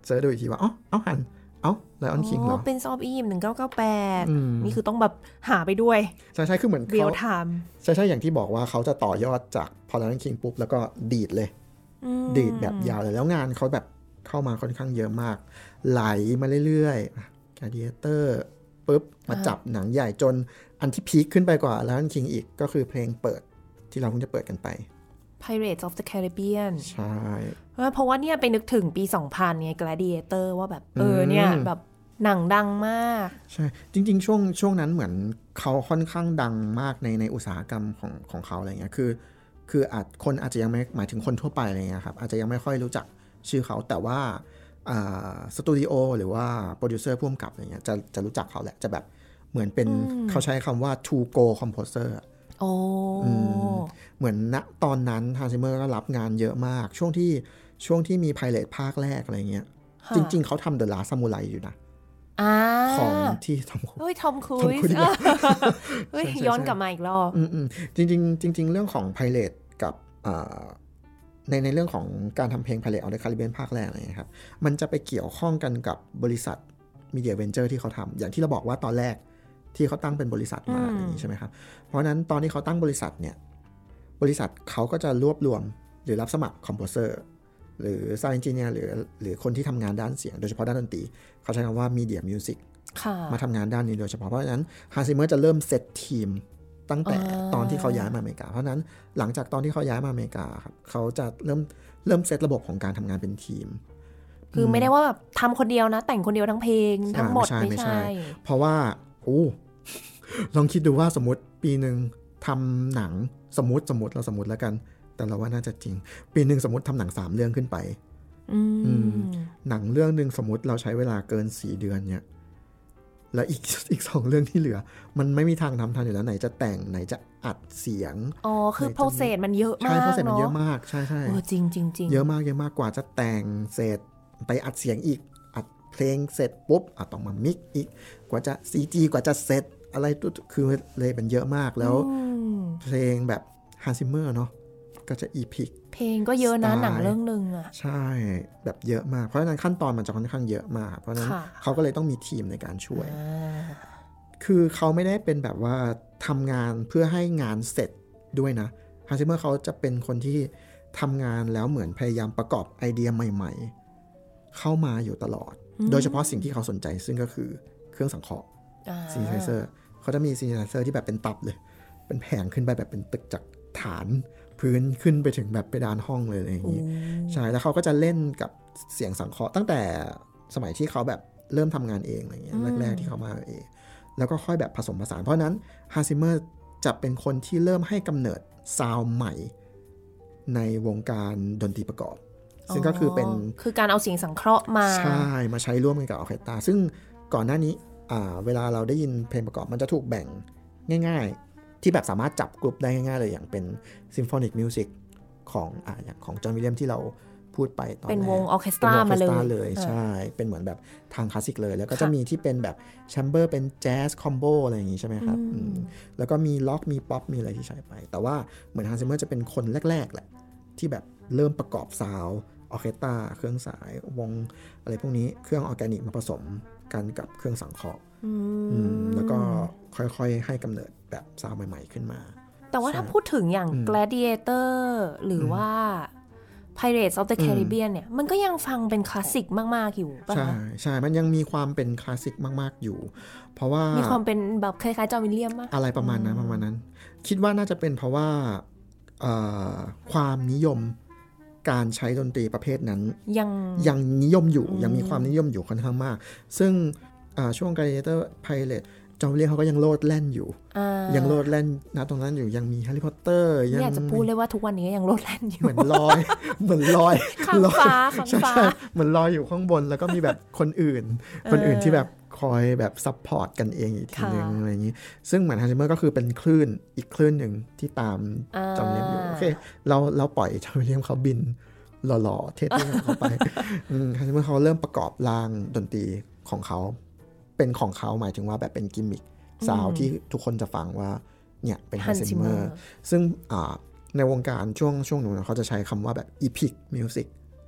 เซิร์ชดูอีกทีว่าอ๋อเอาหันเอ้าไลออนคิงเหรอเป็นซอฟอีฟหนึ่งเก้าเก้าแปดนี่คือต้องแบบหาไปด้วยใช่ใช่คือเหมือนเรียลไทม์ใช่ใช่อย่างที่บอกว่าเขาจะต่อยอดจากพอไลออนคิงปุ๊บแล้วก็ดีดเลยดีดแบบยาวเลยแล้วงานเขาแบบเข้ามาค่อนข้างเยอะมากไหลมาเรื่อยๆ Gladiator ปุ๊บมาจับหนังใหญ่จนอันที่พีคขึ้นไปกว่า Lion King อีกก็คือเพลงเปิดที่เราเพิ่งจะเปิดกันไป Pirates of the Caribbean ใช่เพราะว่าเนี่ยไปนึกถึงปี สองพัน ไง Gladiator ว่าแบบเออเนี่ยแบบหนังดังมากใช่จริงๆช่วงช่วงนั้นเหมือนเขาค่อนข้างดังมากในในอุตสาหกรรมของของเขาอะไรเงี้ยคือคืออาจคนอาจจะยังไม่หมายถึงคนทั่วไปอะไรเงี้ยครับอาจจะยังไม่ค่อยรู้จักชื่อเขาแต่ว่าสตูดิโอหรือว่าโปรดิวเซอร์ผู้กำกับอะไรเงี้ยจะจะรู้จักเขาแหละจะแบบเหมือนเป็นเขาใช้คำว่า to go composer โอ้เหมือนณตอนนั้นฮันซิเมอร์ก็รับงานเยอะมากช่วงที่ช่วงที่มีไพเรตภาคแรกอะไรเงี้ยจริงๆเขาทำ The Last Samurai อยู่นะของที่ทอมครูซเฮ้ยทอมครูซเฮ้ยย้อนกลับมาอีกรอบจริงๆจริงๆเรื่องของไพเรตกับในในเรื่องของการทำเพลง Pirates of the Caribbean ภาคแรกอะไรเงี้ยครับมันจะไปเกี่ยวข้องกันกับบริษัท Media Venture ที่เขาทำอย่างที่เราบอกว่าตอนแรกที่เขาตั้งเป็นบริษัทมาอย่างนี้ใช่ไหมครับเพราะนั้นตอนที่เขาตั้งบริษัทเนี่ยบริษัทเขาก็จะรวบรวมหรือรับสมัครคอมโพเซอร์หรือซาวด์เอนจิเนียร์หรือหรือคนที่ทำงานด้านเสียงโดยเฉพาะด้านดนตรีเขาใช้คำว่า Media Music มาทำงานด้านนี้โดยเฉพาะเพราะฉะนั้นฮันซิเมอร์จะเริ่มเซตทีมตั้งแต่ตอนที่เขาย้ายมาอเมริกาเพราะนั้นหลังจากตอนที่เขาย้ายมาอเมริกาครับเขาจะเริ่มเริ่มเซตระบบของการทำงานเป็นทีมคือไม่ได้ว่าแบบทำคนเดียวนะแต่งคนเดียวทั้งเพลงทั้งหมดไม่ใช่เพราะว่าโอ้ลองคิดดูว่าสมมติปีหนึ่งทำหนังสมมติสมมติเราสมมติแล้วกันแต่เราว่าน่าจะจริงปีหนึ่งสมมติทำหนังสามเรื่องขึ้นไปหนังเรื่องหนึ่งสมมติเราใช้เวลาเกินสี่เดือนเนี่ยแล้วอีกอีกสองเรื่องที่เหลือมันไม่มีทางทำทันอยู่แล้วไหนจะแต่งไหนจะอัดเสียงอ๋อคือโปรเซสมันเยอะมากใช่โปรเซสมันเยอะมากใช่ใช่จริงจริงจริงเยอะมากเยอะมากกว่าจะแต่งเสร็จไปอัดเสียงอีกอัดเพลงเสร็จปุ๊บอ่ะต้องมามิกอีกกว่าจะ ซี จี กว่าจะเสร็จอะไรคือเลยเป็นเยอะมากแล้วเพลงแบบฮันซิเมอร์เนาะก็จะอีพิกเพลงก็เยอะนะหนังเรื่องนึงอ่ะใช่แบบเยอะมากเพราะฉะนั้นขั้นตอนมันจะค่อนข้างเยอะมากเพราะฉะนั้นเขาก็เลยต้องมีทีมในการช่วยคือเขาไม่ได้เป็นแบบว่าทำงานเพื่อให้งานเสร็จด้วยนะฮันซิเมอร์เขาจะเป็นคนที่ทำงานแล้วเหมือนพยายามประกอบไอเดียใหม่ๆเข้ามาอยู่ตลอดโดยเฉพาะสิ่งที่เขาสนใจซึ่งก็คือเครื่องสังเคราะห์ซินธิไทเซอร์เขาจะมีซินธิไทเซอร์ที่แบบเป็นตับเลยเป็นแผงขึ้นไปแบบเป็นตึกจากฐานพื้นขึ้นไปถึงแบบเพดานห้องเลยอะไรอย่างนี้ใช่แล้วเขาก็จะเล่นกับเสียงสังเคราะห์ตั้งแต่สมัยที่เขาแบบเริ่มทำงานเองอะไรเงี้ยแรกๆที่เขามาเองแล้วก็ค่อยแบบผสมผสานเพราะนั้นฮันซิเมอร์จะเป็นคนที่เริ่มให้กำเนิดซาวด์ใหม่ในวงการดนตรีประกอบซึ่งก็คือเป็นคือการเอาเสียงสังเคราะห์มาใช่มาใช้ร่วมกันกับออร์เคสตราซึ่งก่อนหน้านี้เวลาเราได้ยินเพลงประกอบมันจะถูกแบ่งง่ายๆที่แบบสามารถจับกลุ่มได้ง่ายๆเลยอย่างเป็นซิมโฟนิกมิวสิกของอ่าอย่างของจอห์นวิลเลียมที่เราพูดไปตอนแรกเป็นวงออร์เคสตรามาเลยใช่เป็นเหมือนแบบทางคลาสสิกเลยแล้วก็จะมีที่เป็นแบบแชมเบอร์เป็นแจ๊สคอมโบอะไรอย่างงี้ใช่ไหมครับแล้วก็มีล็อกมีป๊อปมีอะไรที่ใช้ไปแต่ว่าเหมือนฮันซิเมอร์จะเป็นคนแรกๆแหละที่แบบเริ่มประกอบซาวด์ออร์เคสตราเครื่องสายวงอะไรพวกนี้เครื่องออร์แกนิกมาผสมกันกับเครื่องสังเคราะห์แล้วก็ค่อยๆให้กำเนิดแบบซาวด์ใหม่ๆขึ้นมาแต่ว่าถ้าพูดถึงอย่าง Gladiator หรือว่า Pirates of the Caribbean เนี่ยมันก็ยังฟังเป็นคลาสสิกมากๆอยู่ป่ะใช่ใช่มันยังมีความเป็นคลาสสิกมากๆอยู่เพราะว่ามีความเป็นแบบคล้ายๆจอห์นวิลเลียมป่ะอะไรประมาณนั้นประมาณนั้นคิดว่าน่าจะเป็นเพราะว่าความนิยมการใช้ดนตรีประเภทนั้นยังยังนิยมอยู่ยังมีความนิยมอยู่ค่อนข้างมากซึ่งช่วง Gladiator Pirates จอห์นวิลเลียมเขาก็ยังโลดแล่นอยู่ยังโลดแล่นนะตรงนั้นอยู่ยังมีแฮร์รี่พอตเตอร์ยังอยากจะพูดเลยว่าทุกวันนี้ยังโลดแล่นอยู่เหมือนลอยเหมือนลอยข้างฟ้าข้างฟ้าเหมือนลอยอยู่ข้างบนแล้วก็มีแบบคนอื่นคนอื่นที่แบบคอยแบบซัพพอร์ตกันเองอีกทีนึงอะไรอย่างนี้ซึ่งเหมือนฮันซิเมอร์ก็คือเป็นคลื่นอีกคลื่นหนึ่งที่ตามจอห์นวิลเลียมอยู่โอเคเราเราปล่อยจอห์นวิลเลียมเขาบินหล่อๆเท่ๆเข้าไปฮันซิเมอร์เขาเริ่มประกอบร่างดนตรีของเขาเป็นของเขาหมายถึงว่าแบบเป็นกิมมิคซาวที่ทุกคนจะฟังว่าเนี่ยเป็นฮันซิเมอร์ซึ่งในวงการช่วงช่วงนู้นเขาจะใช้คำว่าแบบ epic music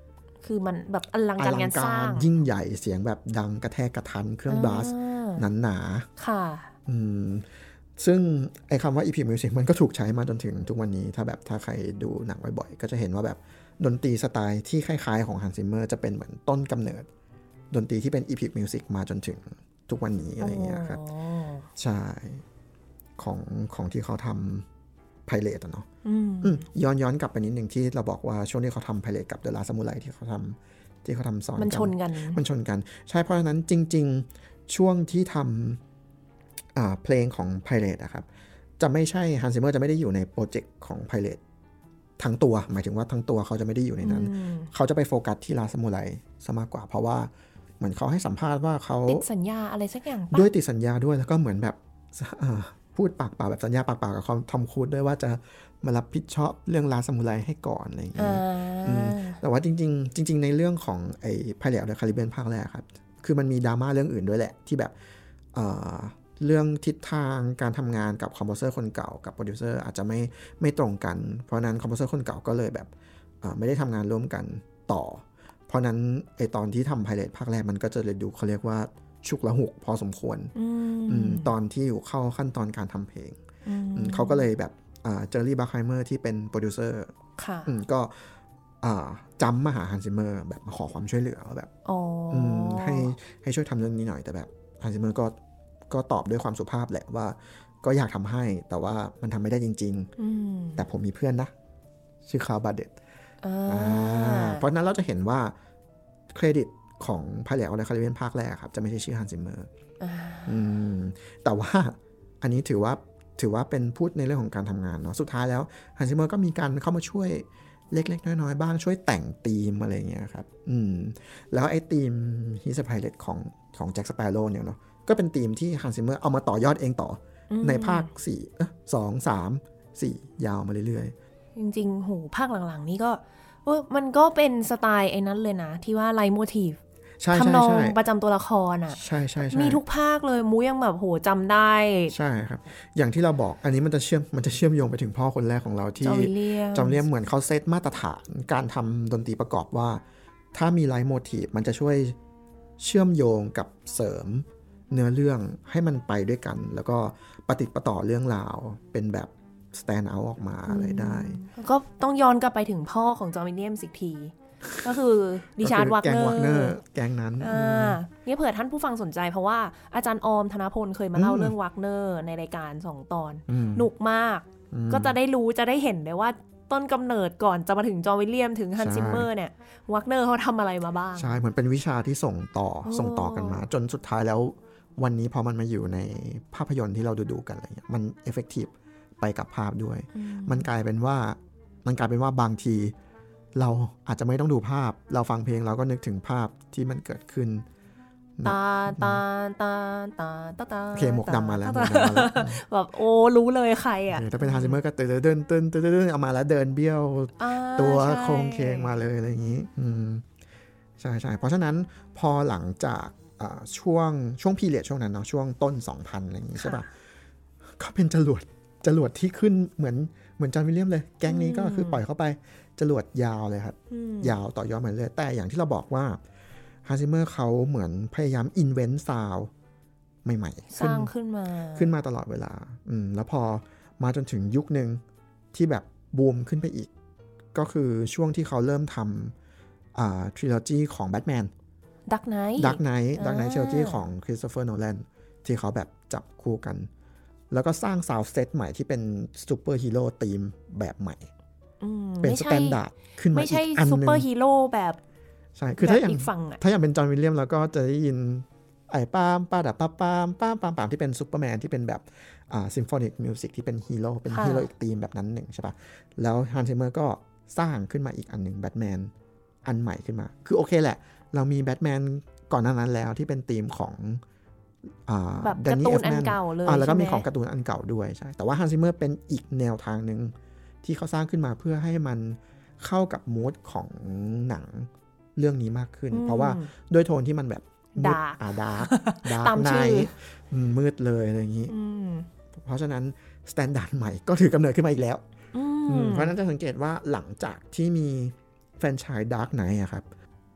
คือมันแบบอลังการงานสร้างยิ่งใหญ่เสียงแบบดังกระแทกกระทันเครื่องบาสหนาๆค่ะอืมซึ่งไอ้คำว่า Epic Music มันก็ถูกใช้มาจนถึงทุกวันนี้ถ้าแบบถ้าใครดูหนังบ่อยๆก็จะเห็นว่าแบบดนตรีสไตล์ที่คล้ายๆของ Hans Zimmer จะเป็นเหมือนต้นกำเนิดดนตรีที่เป็น Epic Music มาจนถึงทุกวันนี้อะไรเงี้ยครับใช่ของของที่เขาทำ Pilot อ่ะเนาะย้อนย้อนกลับไปนิดนึงที่เราบอกว่าช่วงที่เขาทำ Pilot กับ The Last Samurai ที่เขาทำที่เขาทำซ้อนกันมันชนกันมันชนกันใช่เพราะฉะนั้นจริงๆช่วงที่ทำเพลงของ Pilot อะครับจะไม่ใช่ Hans Zimmer จะไม่ได้อยู่ในโปรเจกต์ของ Pilot ทั้งตัวหมายถึงว่าทั้งตัวเขาจะไม่ได้อยู่ในนั้นเขาจะไปโฟกัสที่ Last Samurai ซะมากกว่าเพราะว่าเหมือนเขาให้สัมภาษณ์ว่าเขาติดสัญญาอะไรสักอย่างปะด้วยติดสัญญาด้วยแล้วก็เหมือนแบบพูดปากเปล่าแบบสัญญาปากเปล่ากับทอมครูซด้วยว่าจะมารับผิดชอบเรื่อง Last Samurai ให้ก่อนอะไรอย่างเงี้ยแต่ว่าจริงๆจริงๆในเรื่องของไอ้ Pirates of the Caribbean ภาคแรกครับคือมันมีดราม่าเรื่องอื่นด้วยแหละที่แบบเอ่อเรื่องทิศทางการทำงานกับคอมโพเซอร์คนเก่ากับโปรดิวเซอร์อาจจะไม่ไม่ตรงกันเพราะนั้นคอมโพเซอร์คนเก่าก็เลยแบบไม่ได้ทำงานร่วมกันต่อเพราะนั้นไอตอนที่ทำไพเรตภาคแรกมันก็จะเลยดูเขาเรียกว่าฉุกละหุกพอสมควรตอนที่อยู่เข้าขั้นตอนการทำเพลงเขาก็เลยแบบเจอร์รี่บัคไฮเมอร์ที่เป็นโปรดิวเซอร์ก็จำมาหาฮันซิเมอร์แบบมาขอความช่วยเหลือแบบให้ให้ช่วยทำเรื่องนี้หน่อยแต่แบบฮันซิเมอร์ก็ก็ตอบด้วยความสุภาพแหละว่าก็อยากทำให้แต่ว่ามันทำไม่ได้จริงๆแต่ผมมีเพื่อนนะชื่อคาร์บาเดตเพราะนั้นเราจะเห็นว่าเครดิตของ Pirates of the Caribbean ภาคแรกครับจะไม่ใช่ชื่อ Hans Zimmer แต่ว่าอันนี้ถือว่าถือว่าเป็นพูดในเรื่องของการทำงานเนาะสุดท้ายแล้ว Hans Zimmer ก็มีการเข้ามาช่วยเล็กๆน้อยๆบ้างช่วยแต่งธีมอะไรอย่างเงี้ยครับแล้วไอ้ธีม He's a Pirate ของของ Jack Sparrow เนี่ยเนาะก็เป็นธีมที่ Hans Zimmer เอามาต่อยอดเองต่อในภาคสี่เอ๊ะสอง สาม สี่ยาวมาเรื่อยๆจริงๆโหภาคหลังๆนี่ก็เออมันก็เป็นสไตล์ไอ้นั้นเลยนะที่ว่าไลท์โมทีฟทำนองประจำตัวละครอ่ะใช่ใช่ใช่มีทุกภาคเลยมูยังแบบโหจำได้ใช่ครับอย่างที่เราบอกอันนี้มันจะเชื่อมมันจะเชื่อมโยงไปถึงพ่อคนแรกของเราที่จอมเลียมเหมือนเขาเซตมาตรฐานการทำดนตรีประกอบว่าถ้ามีไลท์โมทีฟมันจะช่วยเชื่อมโยงกับเสริมเนื้อเรื่องให้มันไปด้วยกันแล้วก็ปฏิปต่อเรื่องราวเป็นแบบstand out ออกมาอะไรได้ก็ต้องย้อนกลับไปถึงพ่อของจอห์นวิลเลียมส์อีกทีก็คือดิชาร์ดวักเนอร์แกงนั้นนี่เผื่อท่านผู้ฟังสนใจเพราะว่าอาจารย์ออมธนพลเคยมาเล่าเรื่องวักเนอร์ในรายการสองตอนหนุกมากก็จะได้รู้จะได้เห็นเลยว่าต้นกำเนิดก่อนจะมาถึงจอห์นวิลเลียมถึงฮันซิมเมอร์เนี่ยวักเนอร์เขาทำอะไรมาบ้างใช่เหมือนเป็นวิชาที่ส่งต่อส่งต่อกันมาจนสุดท้ายแล้ววันนี้พอมันมาอยู่ในภาพยนตร์ที่เราดูๆกันอะไรเงี้ยมันเอฟเฟกตีฟไปกับภาพด้วยมันกลายเป็นว่ามันกลายเป็นว่าบางทีเราอาจจะไม่ต้องดูภาพเราฟังเพลงเราก็นึกถึงภาพที่มันเกิดขึ้นตาตาตาตาตาตาโอเคหมวกดำมาแล้วหมวกดำมาแล้วแบบโอ้รู้เลยใครอ่ะถ้าเป็นฮันซิเมอร์ก็เดินเดินเดินเดินเดินเอามาแล้วเดินเบี้ยวตัวโครงเคงมาเลยอะไรอย่างนี้ใช่ใช่เพราะฉะนั้นพอหลังจากช่วงช่วงพีเรียดช่วงนั้นเนาะช่วงต้นสองพันอะไรอย่างนี้ใช่ป่ะก็เป็นจรวดจรวดที่ขึ้นเหมือนเหมือนจอห์นวิลเลียมเลยแก๊งนี้ก็คือปล่อยเข้าไปจรวดยาวเลยครับยาวต่อยอดมาเรื่อยแต่อย่างที่เราบอกว่าฮันซิเมอร์เขาเหมือนพยายามอินเวนต์ซาวด์ใหม่ๆสร้างขึ้นมาขึ้นมาตลอดเวลาอืมแล้วพอมาจนถึงยุคนึงที่แบบบูมขึ้นไปอีกก็คือช่วงที่เขาเริ่มทำอ่าทริลอจีของแบทแมนดักไนท์ดักไนท์ดักไนท์ทริลอจีของคริสโตเฟอร์โนแลนที่เขาแบบจับคู่กันแล้วก็สร้างซาวด์เซตใหม่ที่เป็นซูเปอร์ฮีโร่ธีมแบบใหม่เป็นสแตนดาร์ดขึ้นมาอีกอันนึงไม่ใช่ซูเปอร์ฮีโร่แบบใช่คือถ้าอย่างถ้าอย่างเป็นจอห์นวิลเลียมแล้วก็จะได้ยินไอ้ป้ามป้าดับป้าป้ามป้ามป้ามป้ามที่เป็นซูเปอร์แมนที่เป็นแบบอ่าซิมโฟนิกมิวสิกที่เป็นฮีโร่เป็นฮีโร่อีกธีมแบบนั้นหนึ่งใช่ป่ะแล้วฮันซิเมอร์ก็สร้างขึ้นมาอีกอันหนึ่งแบทแมนอันใหม่ขึ้นมาคือโอเคแหละเรามีแบทแมนก่อนหน้านั้นแล้วที่เป็นธีมของแบบการ์ตูนอันเก่าเลยแล้วก็มีของการ์ตูนอันเก่าด้วยใช่แต่ว่าฮันซิเมอร์เป็นอีกแนวทางนึงที่เขาสร้างขึ้นมาเพื่อให้มันเข้ากับมูดของหนังเรื่องนี้มากขึ้นเพราะว่าด้วยโทนที่มันแบบมืดอ่าดาร์กดาร์กไนท์มืดเลยอะไรอย่างนี้เพราะฉะนั้นสแตนดาร์ดใหม่ก็ถือกำเนิดขึ้นมาอีกแล้วเพราะนั้นจะสังเกตว่าหลังจากที่มีแฟรนไชส์ดาร์กไนท์อะครับ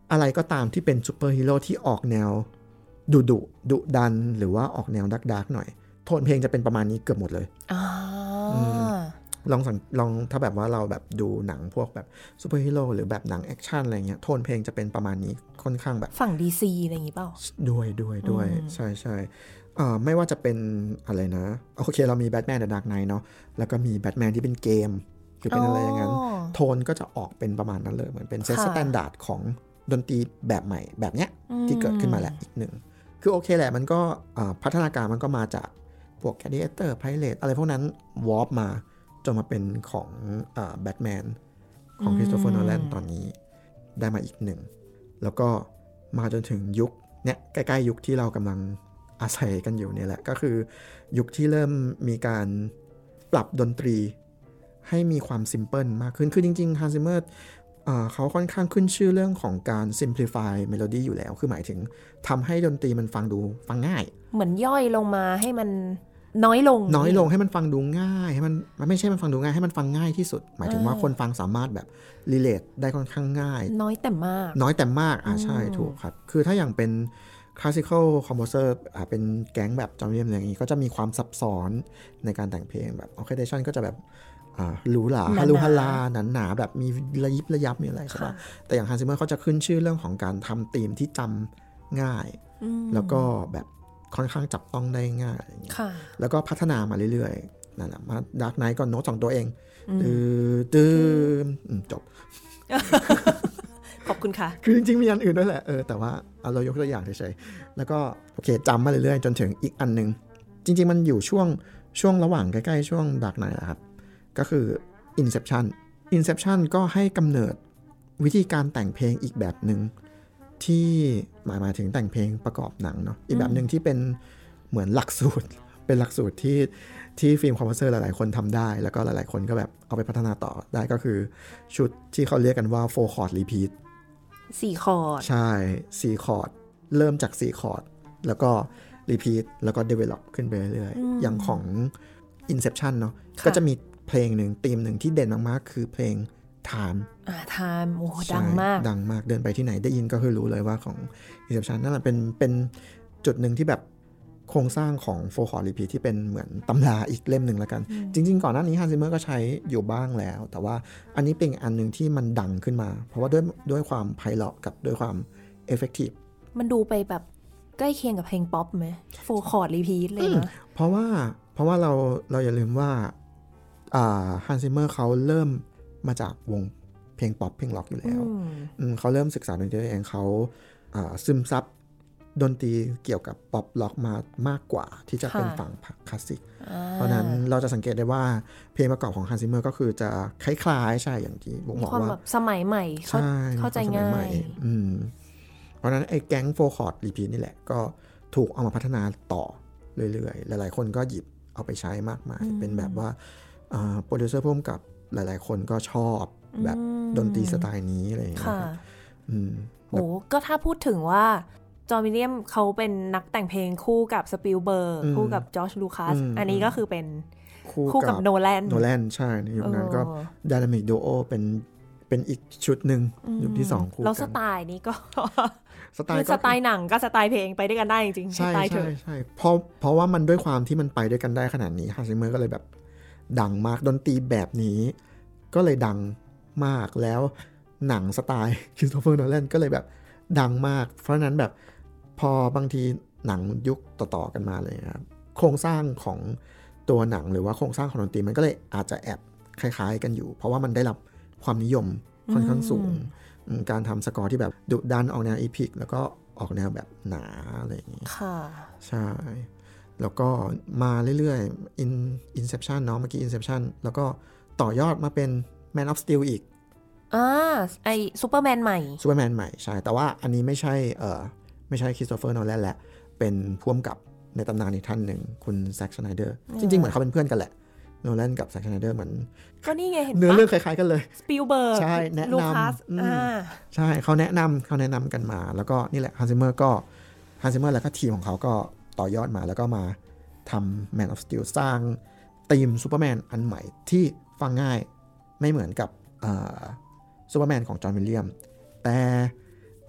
อะไรก็ตามที่เป็นซูเปอร์ฮีโร่ที่ออกแนวดุดุดุดันหรือว่าออกแนวดักดักหน่อยโทนเพลงจะเป็นประมาณนี้เกือบหมดเลยอ๋อลองลองถ้าแบบว่าเราแบบดูหนังพวกแบบซูเปอร์ฮีโร่หรือแบบหนังแอคชั่นอะไรเงี้ยโทนเพลงจะเป็นประมาณนี้ค่อนข้างแบบฝั่ง ดี ซี อะไรอย่างงี้เปล่าด้วยด้วยด้วยใช่ใช่ไม่ว่าจะเป็นอะไรนะโอเคเรามีแบทแมน The Dark Knight เนาะแล้วก็มีแบทแมนที่เป็นเกมหรือเป็นอะไรอย่างนั้นโทนก็จะออกเป็นประมาณนั้นเลยเหมือนเป็นเซตสแตนดาร์ดของดนตรีแบบใหม่แบบเนี้ยที่เกิดขึ้นมาแหละอีกหนึ่งคือโอเคแหละมันก็พัฒนาการมันก็มาจากพวก Gladiator Pirate อะไรพวกนั้นวอร์ปมาจนมาเป็นของแบทแมนของคริสโตเฟอร์โนแลนตอนนี้ได้มาอีกหนึ่งแล้วก็มาจนถึงยุคเนี้ยใกล้ๆยุคที่เรากำลังอาศัยกันอยู่เนี่ยแหละก็คือยุคที่เริ่มมีการปรับดนตรีให้มีความซิมเพิลมากขึ้นคือจริงๆ Hans Zimmer เขาค่อนข้างขึ้นชื่อเรื่องของการ simplify melody อยู่แล้วคือหมายถึงทำให้ดนตรีมันฟังดูฟังง่ายเหมือนย่อยลงมาให้มันน้อยลงน้อยลงให้มันฟังดูง่ายให้มันมันไม่ใช่มันฟังดูง่ายให้มันฟังง่ายที่สุดหมายถึงว่าคนฟังสามารถแบบ relate ได้ค่อนข้างง่ายน้อยแต่มากน้อยแต่มากอ่าใช่ถูกครับคือถ้าอย่างเป็นclassical composer อ่าเป็นแก๊งแบบจอห์นวิลเลียมอย่างนี้ก็จะมีความซับซ้อนในการแต่งเพลงแบบ orchestration ก็จะแบบอ่าหรูหราฮารุฮาราหนาๆแบบมีระยิบระยับมีอะไรใช่ป่ะแต่อย่าง Hans Zimmer เขาจะขึ้นชื่อเรื่องของการทำธีมที่จำง่ายแล้วก็แบบค่อนข้างจับต้องได้ง่ายอย่างเงี้ยแล้วก็พัฒนามาเรื่อยๆนั่นแหละมา Dark Knight ก็โน้ตสองตัวเองตื้อๆจบขอบคุณค่ะคือจริงๆมีอันอื่นด้วยแหละเออแต่ว่าเอาเรายกตัวอย่างเฉยๆแล้วก็โอเคจำมาเรื่อยๆจนถึงอีกอันนึงจริงๆมันอยู่ช่วงช่วงระหว่างใกล้ๆช่วง Dark Knight อะครับก็คือ Inception Inception ก็ให้กำเนิดวิธีการแต่งเพลงอีกแบบนึงที่หมายหมายถึงแต่งเพลงประกอบหนังเนาะอีกแบบนึงที่เป็นเหมือนหลักสูตรเป็นหลักสูตรที่ที่ฟิล์มคอมโพเซอร์หลายๆคนทำได้แล้วก็หลายๆคนก็แบบเอาไปพัฒนาต่อได้ก็คือชุดที่เขาเรียกกันว่า four chord repeat สี่คอร์ดใช่สี่คอร์ดเริ่มจากสี่คอร์ดแล้วก็ repeat แล้วก็ develop ขึ้นไปเรื่อยๆอย่างของ Inception เนาะก็จะมีเพลงหนึ่งธีมหนึ่งที่เด่นมากๆคือเพลง Time อ่า Time โอ้ดังมากดังมากเดินไปที่ไหนได้ยินก็คือรู้เลยว่าของ Inception นั่นแหละเป็นเป็นจุดหนึ่งที่แบบโครงสร้างของ four chord repeat ที่เป็นเหมือนตำราอีกเล่มหนึ่งแล้วกันจริงๆก่อนหน้านี้ Hans Zimmer ก็ใช้อยู่บ้างแล้วแต่ว่าอันนี้เป็นอันนึงที่มันดังขึ้นมาเพราะว่าด้วยด้วยความไพเราะกับด้วยความ effective มันดูไปแบบใกล้เคียงกับเพลงป๊อปไหม four chord repeat เลยนะเพราะว่าเพราะว่าเราเราอย่าลืมว่าอ่า Hans Zimmer เขาเริ่มมาจากวงเพลงป๊อปเพลงร็อกอยู่แล้วเขาเริ่มศึกษาดนตรีเองเขาซึมซับดนตรีเกี่ยวกับป๊อปล็อกมามากกว่าที่จะเป็นฝั่งคลาสสิกเพราะนั้นเราจะสังเกตได้ว่าเพลงประกอบของ Hans Zimmer ก็คือจะคล้ายๆใช่อย่างที่บอกว่าสมัยใหม่เข้าใจง่ายเพราะนั้นไอ้แก๊งโฟร์คอร์ดรีพีทนี่แหละก็ถูกเอามาพัฒนาต่อเรื่อยๆหลายๆคนก็หยิบเอาไปใช้มากมายเป็นแบบว่าโปรดิวเซอร์ร่วมกับหลายๆคนก็ชอบแบบดนตรีสไตล์นี้อะไรอย่างเงี้ยโอ้ก็ถ้าพูดถึงว่าจอห์นวิลเลียมเขาเป็นนักแต่งเพลงคู่กับสปิลเบิร์กคู่กับจอร์จลูคัสอันนี้ก็คือเป็นคู่กับโนแลนโนแลนใช่ในยุคนั้นก็ไดนามิกดูโอเป็นเป็นอีกชุดหนึ่งยุคที่สองคู่กันแล้วสไตล์นี้ก็สไตล์สไตล์หนังก็สไตล์เพลงไปด้วยกันได้จริงๆใช่ใช่ใช่เพราะเพราะว่ามันด้วยความที่มันไปด้วยกันได้ขนาดนี้ฮันซิเมอร์ก็เลยแบบดังมากดนตรีแบบนี้ก็เลยดังมากแล้วหนังสไตล์คริสโตเฟอร์โนแลนก็เลยแบบดังมากเพราะนั้นแบบพอบางทีหนังยุคต่อๆกันมาเลยครับโครงสร้างของตัวหนังหรือว่าโครงสร้างของดนตรีมันก็เลยอาจจะแอบคล้ายๆกันอยู่เพราะว่ามันได้รับความนิยมค่อนข้างสูงการทำสกอร์ที่แบบดุดันออกแนวอีพิกแล้วก็ออกแนวแบบหนาอะไรอย่างนี้ค่ะใช่แล้วก็มาเรื่อยๆ In Inception เนาะเมื่อกี้ Inception แล้วก็ต่อยอดมาเป็น Man of Steel อีกอ่าไอซูเปอร์แมนใหม่ซูเปอร์แมนใหม่ใช่แต่ว่าอันนี้ไม่ใช่เอ่อไม่ใช่คริสโตเฟอร์โนแลนแหละเป็นพ่วงกับในตำนานอีกท่านหนึ่งคุณแซ็กชไนเดอร์จริงๆเหมือนเขาเป็นเพื่อนกันแหละโนแลนกับแซ็กชไนเดอร์เหมือนก็นี่ไงเห็นเนื้อเรื่องคล้ายๆกันเลยสปิลเบิร์กใช่แนะนำใช่เขาแนะนำเขาแนะนำกันมาแล้วก็นี่แหละฮันซิเมอร์ก็ฮันซิเมอร์แล้วก็ทีมของเขาก็ต่อยอดมาแล้วก็มาทำ Man of Steel สร้างธีมซูเปอร์แมนอันใหม่ที่ฟังง่ายไม่เหมือนกับซูเปอร์แมนของจอห์นวิลเลียมแต่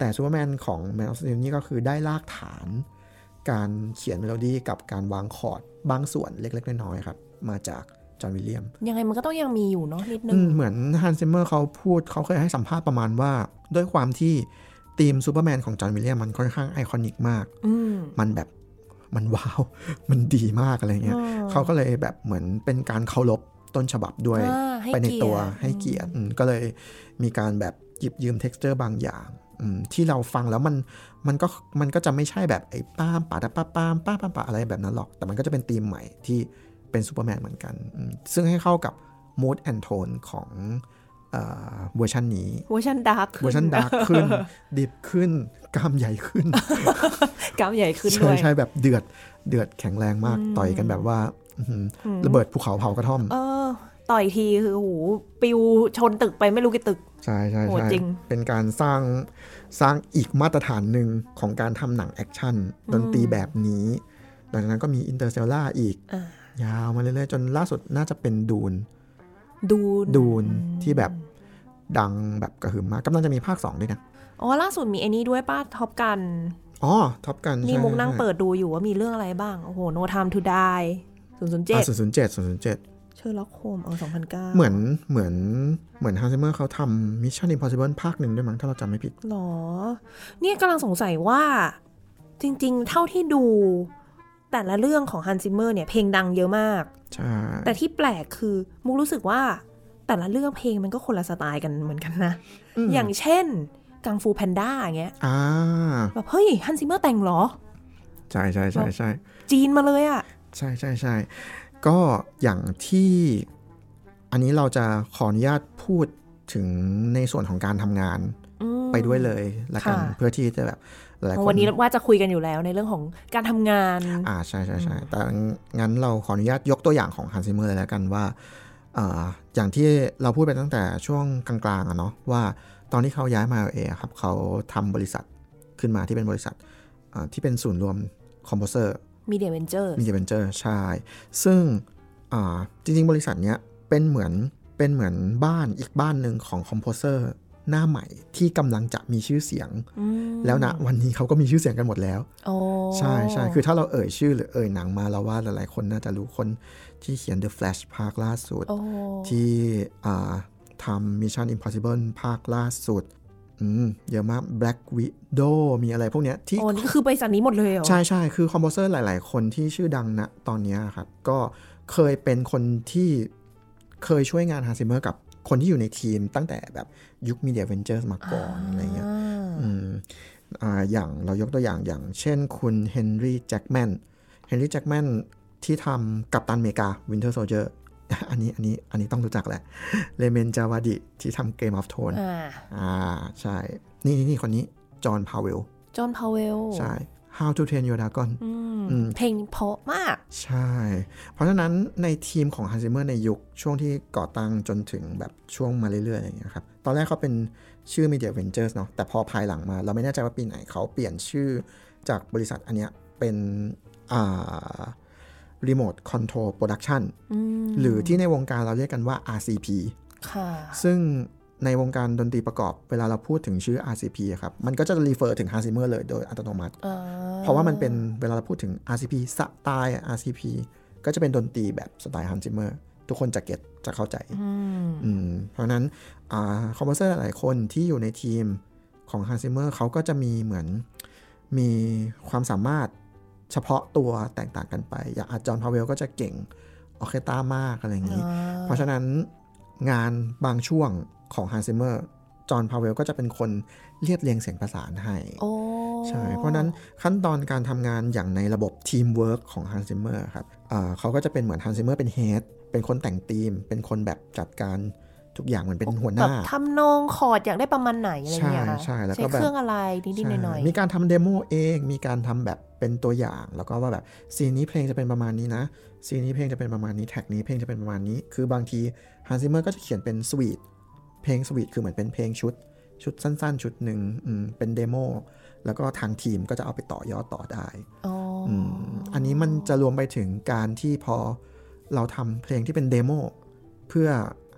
แต่ซูเปอร์แมนของ Man of Steel นี่ก็คือได้รากฐานการเขียนเมโลดี้กับการวางคอร์ดบางส่วนเล็กๆน้อยๆครับมาจากจอห์นวิลเลียมยังไงมันก็ต้องยังมีอยู่เนาะนิดนึงเหมือนฮันซิมเมอร์เขาพูดเขาเคยให้สัมภาษณ์ประมาณว่าด้วยความที่ธีมซูเปอร์แมนของจอห์นวิลเลียมมันค่อนข้างไอคอนิกมากมันแบบมันว้าวมันดีมากอะไรเงี้ยเขาก็เลยแบบเหมือนเป็นการเคารพต้นฉบับด้วยไปในตัวให้เกียรติก็เลยมีการแบบหยิบยืม texture บางอย่างที่เราฟังแล้วมันมันก็มันก็จะไม่ใช่แบบไอ้ป้ามป่าป้าป้ามป้าป้าป้าอะไรแบบนั้นหรอกแต่มันก็จะเป็นธีมใหม่ที่เป็นซูเปอร์แมนเหมือนกันซึ่งให้เข้ากับ mood and tone ของเวอร์ชันนี้เวอร์ชันดาร์กเวอร์ชันดาร์กขึ้นดิบขึ้นกล้ามใหญ่ขึ้นกล้ามใหญ่ขึ้นด้วยใช่ใช่แบบเดือดเดือดแข็งแรงมากต่อยกันแบบว่าระเบิดภูเขาเผากระท่อมเออต่อยทีคือโหปิวชนตึกไปไม่รู้กี่ตึกใช่ใช่ใช่เป็นการสร้างสร้างอีกมาตรฐานหนึ่งของการทำหนังแอคชั่นดนตรีแบบนี้หลังจากนั้นก็มีอินเตอร์เซลล่าอีกยาวมาเรื่อยๆจนล่าสุดน่าจะเป็นดูนดูนดูนที่แบบดังแบบกระหึ่มมากกำลังจะมีภาคสองด้วยนะอ๋อล่าสุดมีไอ้นี้ด้วยป้าท็อปกันอ๋อท็อปกันนี่มุกนั่งเปิดดูอยู่ว่ามีเรื่องอะไรบ้างโอ้โห No Time to Die ศูนย์ ศูนย์ เจ็ดศูนย์ ศูนย์ เจ็ด ศูนย์ ศูนย์ เจ็ดเชอร์ล็อกโฮมส์เอาสองพันเก้าเหมือนเหมือนเหมือนฮันซิมเมอร์เขาทำ Mission Impossible ภาคหนึ่งด้วยมั้งถ้าเราจำไม่ผิดหรอเนี่ยกำลังสงสัยว่าจริงๆเท่าที่ดูแต่ละเรื่องของฮันซิมเมอร์เนี่ยเพลงดังเยอะมากใช่แต่ที่แปลกคือมุกรู้สึกว่าแต่ละเรื่องเพลงมันก็คนละสไตล์กันเหมือนกันนะ อ, อย่างเช่นกังฟูแพนด้าอย่างเงี้ยแบบเฮ้ยฮันซิมเมอร์แต่งเหรอใช่ใช่ใช่ใช่จีนมาเลยอ่ะใช่ใช่ใช่ก็อย่างที่อันนี้เราจะขออนุญาตพูดถึงในส่วนของการทำงานไปด้วยเลยละกันเพื่อที่จะแบบวันนี้ว่าจะคุยกันอยู่แล้วในเรื่องของการทำงานอ่าใช่ใช่ใช่แต่งั้นเราขออนุญาตยกตัวอย่างของฮันซิมเมอร์เลยแล้วกันว่าอ่าอย่างที่เราพูดไปตั้งแต่ช่วงกลางๆอ่ะเนาะว่าตอนที่เขาย้ายมา แอล เอ ครับเขาทำบริษัทขึ้นมาที่เป็นบริษัทที่เป็นศูนย์รวมคอมโพเซอร์ Media Venture Media Venture ใช่ซึ่งจริงๆบริษัทเนี้ยเป็นเหมือนเป็นเหมือนบ้านอีกบ้านหนึ่งของคอมโพเซอร์หน้าใหม่ที่กำลังจะมีชื่อเสียงแล้วนะวันนี้เขาก็มีชื่อเสียงกันหมดแล้วใช่ใช่คือถ้าเราเอ่ยชื่อหรือเอ่ยหนังมาเราว่าหลายๆคนน่าจะรู้คนที่เขียน The Flash ภาคล่าสุดที่ทำ Mission Impossible ภาคล่าสุดเยอะมาก Black Widow มีอะไรพวกเนี้ยที่อ๋อนี่คือบริษัทนี้หมดเลยเหรอใช่ใช่คือคอมโพเซอร์หลายๆคนที่ชื่อดังนะตอนนี้ครับก็เคยเป็นคนที่เคยช่วยงานฮันซิมเมอร์กับคนที่อยู่ในทีมตั้งแต่แบบยุค Media Ventures มาก่อนอะไรเงี้ยอืมอ่าอย่างเรายกตัวอย่างอย่างเช่นคุณเฮนรี่แจ็คแมนเฮนรี่แจ็คแมนที่ทำกัปตันอเมริกา Winter Soldier อันนี้อันนี้อันนี้ต้องรู้จักแหละเลเมนจาวาดิที่ทำ Game of Thrones อ่าอ่าใช่นี่นี่คนนี้จอห์นพาวเวลจอห์นพาวเวลใช่ How to Train Your Dragon เพลงเพราะมากใช่เพราะฉะนั้นในทีมของ Hans Zimmer ในยุคช่วงที่ก่อตั้งจนถึงแบบช่วงมาเรื่อยๆอย่างเงี้ยครับตอนแรกเขาเป็นชื่อ Media Ventures เนาะแต่พอภายหลังมาเราไม่แน่ใจว่าปีไหนเขาเปลี่ยนชื่อจากบริษัทอันเนี้ยเป็นอ่า Remote Control Production หรือที่ในวงการเราเรียกกันว่า อาร์ ซี พีค่ะซึ่งในวงการดนตรีประกอบเวลาเราพูดถึงชื่อ อาร์ ซี พี ครับมันก็จะรีเฟอร์ถึง Hans Zimmer เลยโดยอัตโนมัติเพราะว่ามันเป็นเวลาเราพูดถึง อาร์ ซี พี สไตล์ อาร์ ซี พี ก็จะเป็นดนตรีแบบสไตล์ Hans Zimmer ทุกคนจะเก็ตจะเข้าใจเพราะนั้นคอมโพเซอร์หลายคนที่อยู่ในทีมของ Hans Zimmer เขาก็จะมีเหมือนมีความสามารถเฉพาะตัวแตกต่างกันไปอย่างจอห์นพาวเวลก็จะเก่งออเคสตรามากอะไรอย่างนี้เพราะฉะนั้นงานบางช่วงของ Hans Zimmer จอห์นพาวเวลก็จะเป็นคนเรียบเรียงเสียงประสานให้ใช่เพราะนั้นขั้นตอนการทำงานอย่างในระบบทีมเวิร์กของ Hans Zimmer ครับเขาก็จะเป็นเหมือน Hans Zimmer เป็นเฮดเป็นคนแต่งธีมเป็นคนแบบจัดการทุกอย่างเหมือนเป็นหัวหน้าทำนองคอร์ดอยากได้ประมาณไหนอะไรอย่างเงี้ยใช่แล้วก็แบบใช้เครื่องอะไรนิดๆหน่อยๆมีการทำเดโมเองมีการทำแบบเป็นตัวอย่างแล้วก็ว่าแบบซีนนี้เพลงจะเป็นประมาณนี้นะซีนนี้เพลงจะเป็นประมาณนี้แท็กนี้เพลงจะเป็นประมาณนี้คือบางที Hans Zimmer ก็จะเขียนเป็นสวีทเพลงสวีทคือเหมือนเป็นเพลงชุดชุดสั้นๆชุดหนึ่งเป็นเดโมแล้วก็ทางทีมก็จะเอาไปต่อยอดต่อได้อ๋ออันนี้มันจะรวมไปถึงการที่พอเราทำเพลงที่เป็นเดโมเพื่อ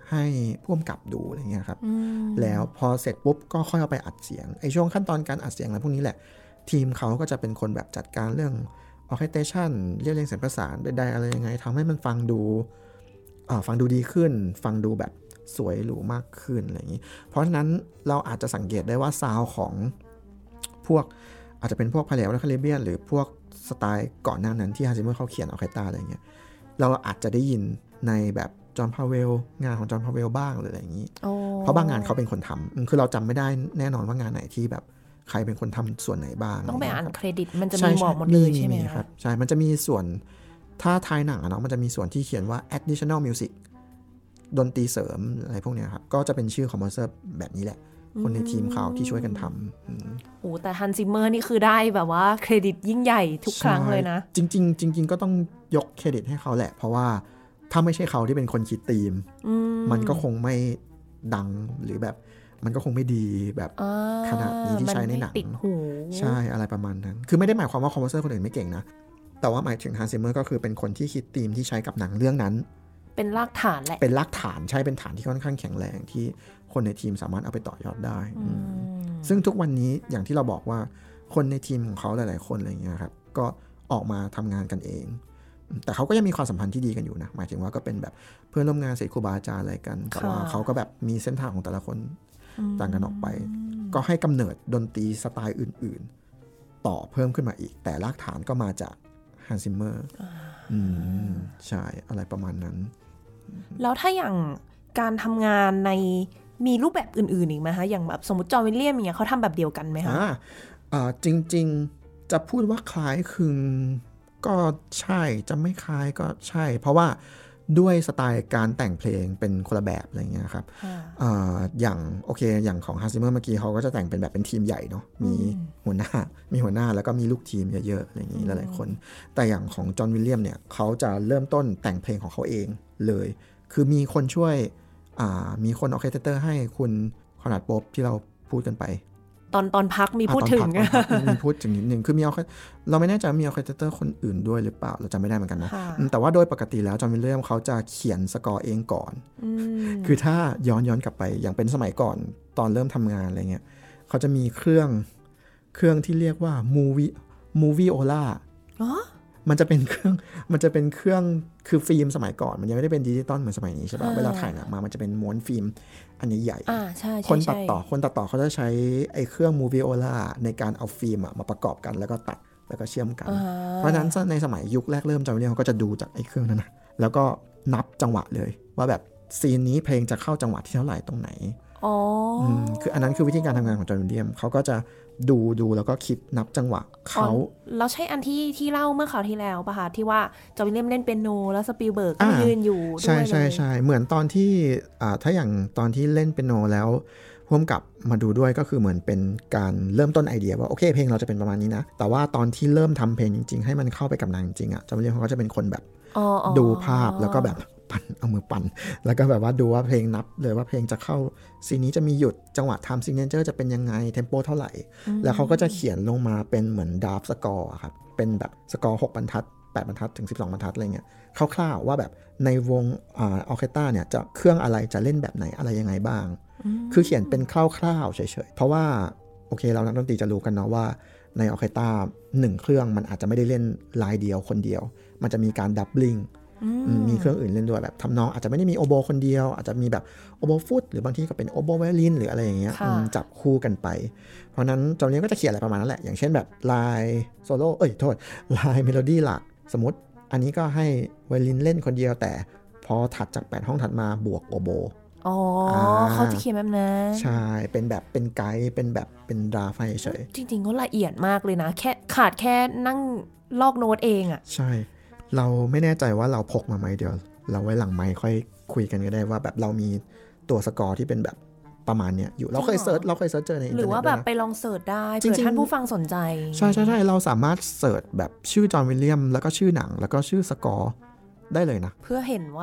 ให้ผู้กำกับดูอะไรเงี้ยครับแล้วพอเสร็จปุ๊บก็ค่อยเอาไปอัดเสียงไอ้ช่วงขั้นตอนการอัดเสียงอะไรพวกนี้แหละทีมเขาก็จะเป็นคนแบบจัดการเรื่อง orchestration เรียบเรียงเสียงประสานใดๆอะไรยังไงทำให้มันฟังดูฟังดูดีขึ้นฟังดูแบบสวยหรูมากขึ้นอะไรอย่างนี้เพราะฉะนั้นเราอาจจะสังเกตได้ว่าซาวด์ของพวกอาจจะเป็นพวกพาเลโอและคาริเบียนหรือพวกสไตล์ก่อนหน้านั้นที่ฮันซิมเมอร์เขาเขียนออร์เคสตราอะไรเงี้ยเราอาจจะได้ยินในแบบจอห์นพาเวลงานของจอห์นพาเวลบ้างหรืออะไรอย่างนี้เพราะบางงานเขาเป็นคนทำคือเราจำไม่ได้แน่นอนว่างานไหนที่แบบใครเป็นคนทำส่วนไหนบ้างต้องไปอ่านเครดิตมันจะมีบอกหมดเลยใช่ไหมครับใช่มันจะมีส่วนถ้าทายหนังอะเนาะมันจะมีส่วนที่เขียนว่า additional music ดนตรีเสริมอะไรพวกนี้ครับก็จะเป็นชื่อคอมโพเซอร์แบบนี้แหละคนในทีมเขาที่ช่วยกันทำโอ้แต่ฮันซิมเมอร์นี่คือได้แบบว่าเครดิตยิ่งใหญ่ทุกครั้งเลยนะจริงๆจริงๆก็ต้องยกเครดิตให้เขาแหละเพราะว่าถ้าไม่ใช่เขาที่เป็นคนคิดธีมมันก็คงไม่ดังหรือแบบมันก็คงไม่ดีแบบขนาดนี้ที่ใช้ในหนังใช่อะไรประมาณนั้นคือไม่ได้หมายความว่าคอมโพเซอร์คนอื่นไม่เก่งนะแต่ว่าหมายถึงฮันซิมเมอร์ก็คือเป็นคนที่คิดธีมที่ใช้กับหนังเรื่องนั้นเป็นรากฐานแหละเป็นรากฐานใช่เป็นฐานที่ค่อนข้างแข็งแรงที่คนในทีมสามารถเอาไปต่อยอดได้ซึ่งทุกวันนี้อย่างที่เราบอกว่าคนในทีมของเขาหลายๆคนอะไรเงี้ยครับก็ออกมาทำงานกันเองแต่เขาก็ยังมีความสัมพันธ์ที่ดีกันอยู่นะหมายถึงว่าก็เป็นแบบเพื่อนร่วมงานศิษย์ครูบาอาจารย์อะไรกันแต่ว่าเขาก็แบบมีเส้นทางของแต่ละคนต่างกันออกไปก็ให้กำเนิดดนตรีสไตล์อื่นๆต่อเพิ่มขึ้นมาอีกแต่รากฐานก็มาจากฮันซิมเมอร์ใช่อะไรประมาณนั้นแล้วถ้าอย่างการทำงานในมีรูปแบบอื่นๆอีกไหมคะอย่างแบบสมมติจอห์นวิลเลียมเนี่ยเขาทำแบบเดียวกันไหมคะอ่าจริงๆจะพูดว่าคล้ายคลึงก็ใช่จะไม่คล้ายก็ใช่เพราะว่าด้วยสไตล์การแต่งเพลงเป็นคนละแบบอะไรเงี้ยครับอ่าอย่างโอเคอย่างของฮันซิมเมอร์เมื่อกี้เขาก็จะแต่งเป็นแบบเป็นทีมใหญ่เนาะมีหัวหน้ามีหัวหน้าแล้วก็มีลูกทีมเยอะๆอะไรอย่างนี้หลายๆคนแต่อย่างของจอห์นวิลเลียมเนี่ยเขาจะเริ่มต้นแต่งเพลงของเขาเองเลยคือมีคนช่วยมีคนออร์เคสเตอร์ให้คุณคอนราดโป๊ปที่เราพูดกันไปตอนตอนพักมีพูดถึงมีพูดถึงนิดนึงคือมีเราไม่แน่ใจมีออร์เคสเตอร์คนอื่นด้วยหรือเปล่าเราจำไม่ได้เหมือนกันนะแต่ว่าโดยปกติแล้วจอห์นวิลเลียมเขาจะเขียนสกอร์เองก่อนคือถ้าย้อนย้อนกลับไปอย่างเป็นสมัยก่อนตอนเริ่มทำงานอะไรเงี้ยเขาจะมีเครื่องเครื่องที่เรียกว่า movie moviola มันจะเป็นเครื่องมันจะเป็นเครื่องคือฟิล์มสมัยก่อนมันยังไม่ได้เป็นดิจิตอลเหมือนสมัยนี้ใช่ป่ะเวลาถ่ายหนังมามันจะเป็นม้วนฟิล์มอันนี้ใหญ่คนตัดต่อคนตัดต่อเขาจะใช้ไอ้เครื่อง Moviola ในการเอาฟิล์มมาประกอบกันแล้วก็ตัดแล้วก็เชื่อมกันเพราะฉะนั้นในสมัยยุคแรกเริ่มจอห์นวิลเลียมเขาก็จะดูจากไอ้เครื่องนั้นนะแล้วก็นับจังหวะเลยว่าแบบซีนนี้เพลงจะเข้าจังหวะที่เท่าไหร่ตรงไหนอ๋อคืออันนั้นคือวิธีการทำงานของจอห์นวิลเลียมเขาก็จะดูดูแล้วก็คิดนับจังหวะเขาเราใช่อันที่ที่เล่าเมื่อคราวที่แล้วป่ะคะที่ว่าจอห์นวิลเลียมเล่นเปียโนแล้วสปีลเบิร์กก็ยืนอยู่ด้วยเลยใช่ใช่ใช่เหมือนตอนที่อ่าถ้าอย่างตอนที่เล่นเปียโนแล้วร่วมกับมาดูด้วยก็คือเหมือนเป็นการเริ่มต้นไอเดียว่าโอเคเพลงเราจะเป็นประมาณนี้นะแต่ว่าตอนที่เริ่มทำเพลงจริงๆให้มันเข้าไปกับหนังจริงๆอ่ะจอห์นวิลเลียมเขาก็จะเป็นคนแบบดูภาพแล้วก็แบบปั่นเอามือปั่นแล้วก็แบบว่าดูว่าเพลงนับเลยว่าเพลงจะเข้าซีนนี้จะมีหยุดจังหวะไทม์ซิกเนเจอร์จะเป็นยังไงเทมโปเท่าไหร่แล้วเขาก็จะเขียนลงมาเป็นเหมือนดราฟต์สกอร์ครับเป็นแบบสกอร์หกบรรทัดแปดบรรทัดถึงสิบสองบรรทัดอะไรเงี้ยคร่าวๆว่าแบบในวงอ่าออร์เคสตราเนี่ยจะเครื่องอะไรจะเล่นแบบไหนอะไรยังไงบ้างคือเขียนเป็นคร่าวๆเฉยๆเพราะว่าโอเคเรานักดนตรีจะรู้กันเนาะว่าในออร์เคสตราหนึ่งเครื่องมันอาจจะไม่ได้เล่นลายเดียวคนเดียวมันจะมีการดับเบิลมีเครื่องอื่นเล่นด้วยแบบทำนองอาจจะไม่ได้มีโอโบคนเดียวอาจจะมีแบบโอโบฟุตหรือบางทีก็เป็นโอโบไวโอลินหรืออะไรอย่างเงี้ยจับคู่กันไปเพราะนั้นจอห์นวิลเลียมก็จะเขียนอะไรประมาณนั้นแหละอย่างเช่นแบบลายโซโล่เอ้ยโทษลายเมโลดี้หลักสมมติอันนี้ก็ให้ไวโอลินเล่นคนเดียวแต่พอถัดจากแปดห้องถัดมาบวกโอโบอ๋อเขาจะเขียนแบบนั้นใช่เป็นแบบเป็นไกด์เป็นแบบเป็นดราฟให้เฉยจริงๆก็ละเอียดมากเลยนะแค่ขาดแค่นั่งลอกโน้ตเองอ่ะใช่เราไม่แน่ใจว่าเราพกมาไหมเดี๋ยวเราไว้หลังไมค์ค่อยคุยกันก็ได้ว่าแบบเรามีตัวสกอร์ที่เป็นแบบประมาณเนี้ยอยู่เราเคยเซิร์ชเราเคยเซิร์ชเจอในอินเทอร์เน็ตหรือว่าแบบไปลองเสิร์ชได้เผื่อท่านผู้ฟังสนใจใช่ใช่ใช่เราสามารถเสิร์ชแบบชื่อจอห์นวิลเลียมแล้วก็ชื่อหนังแล้วก็ชื่อสกอร์ได้เลยนะเพื่อเห็นว่า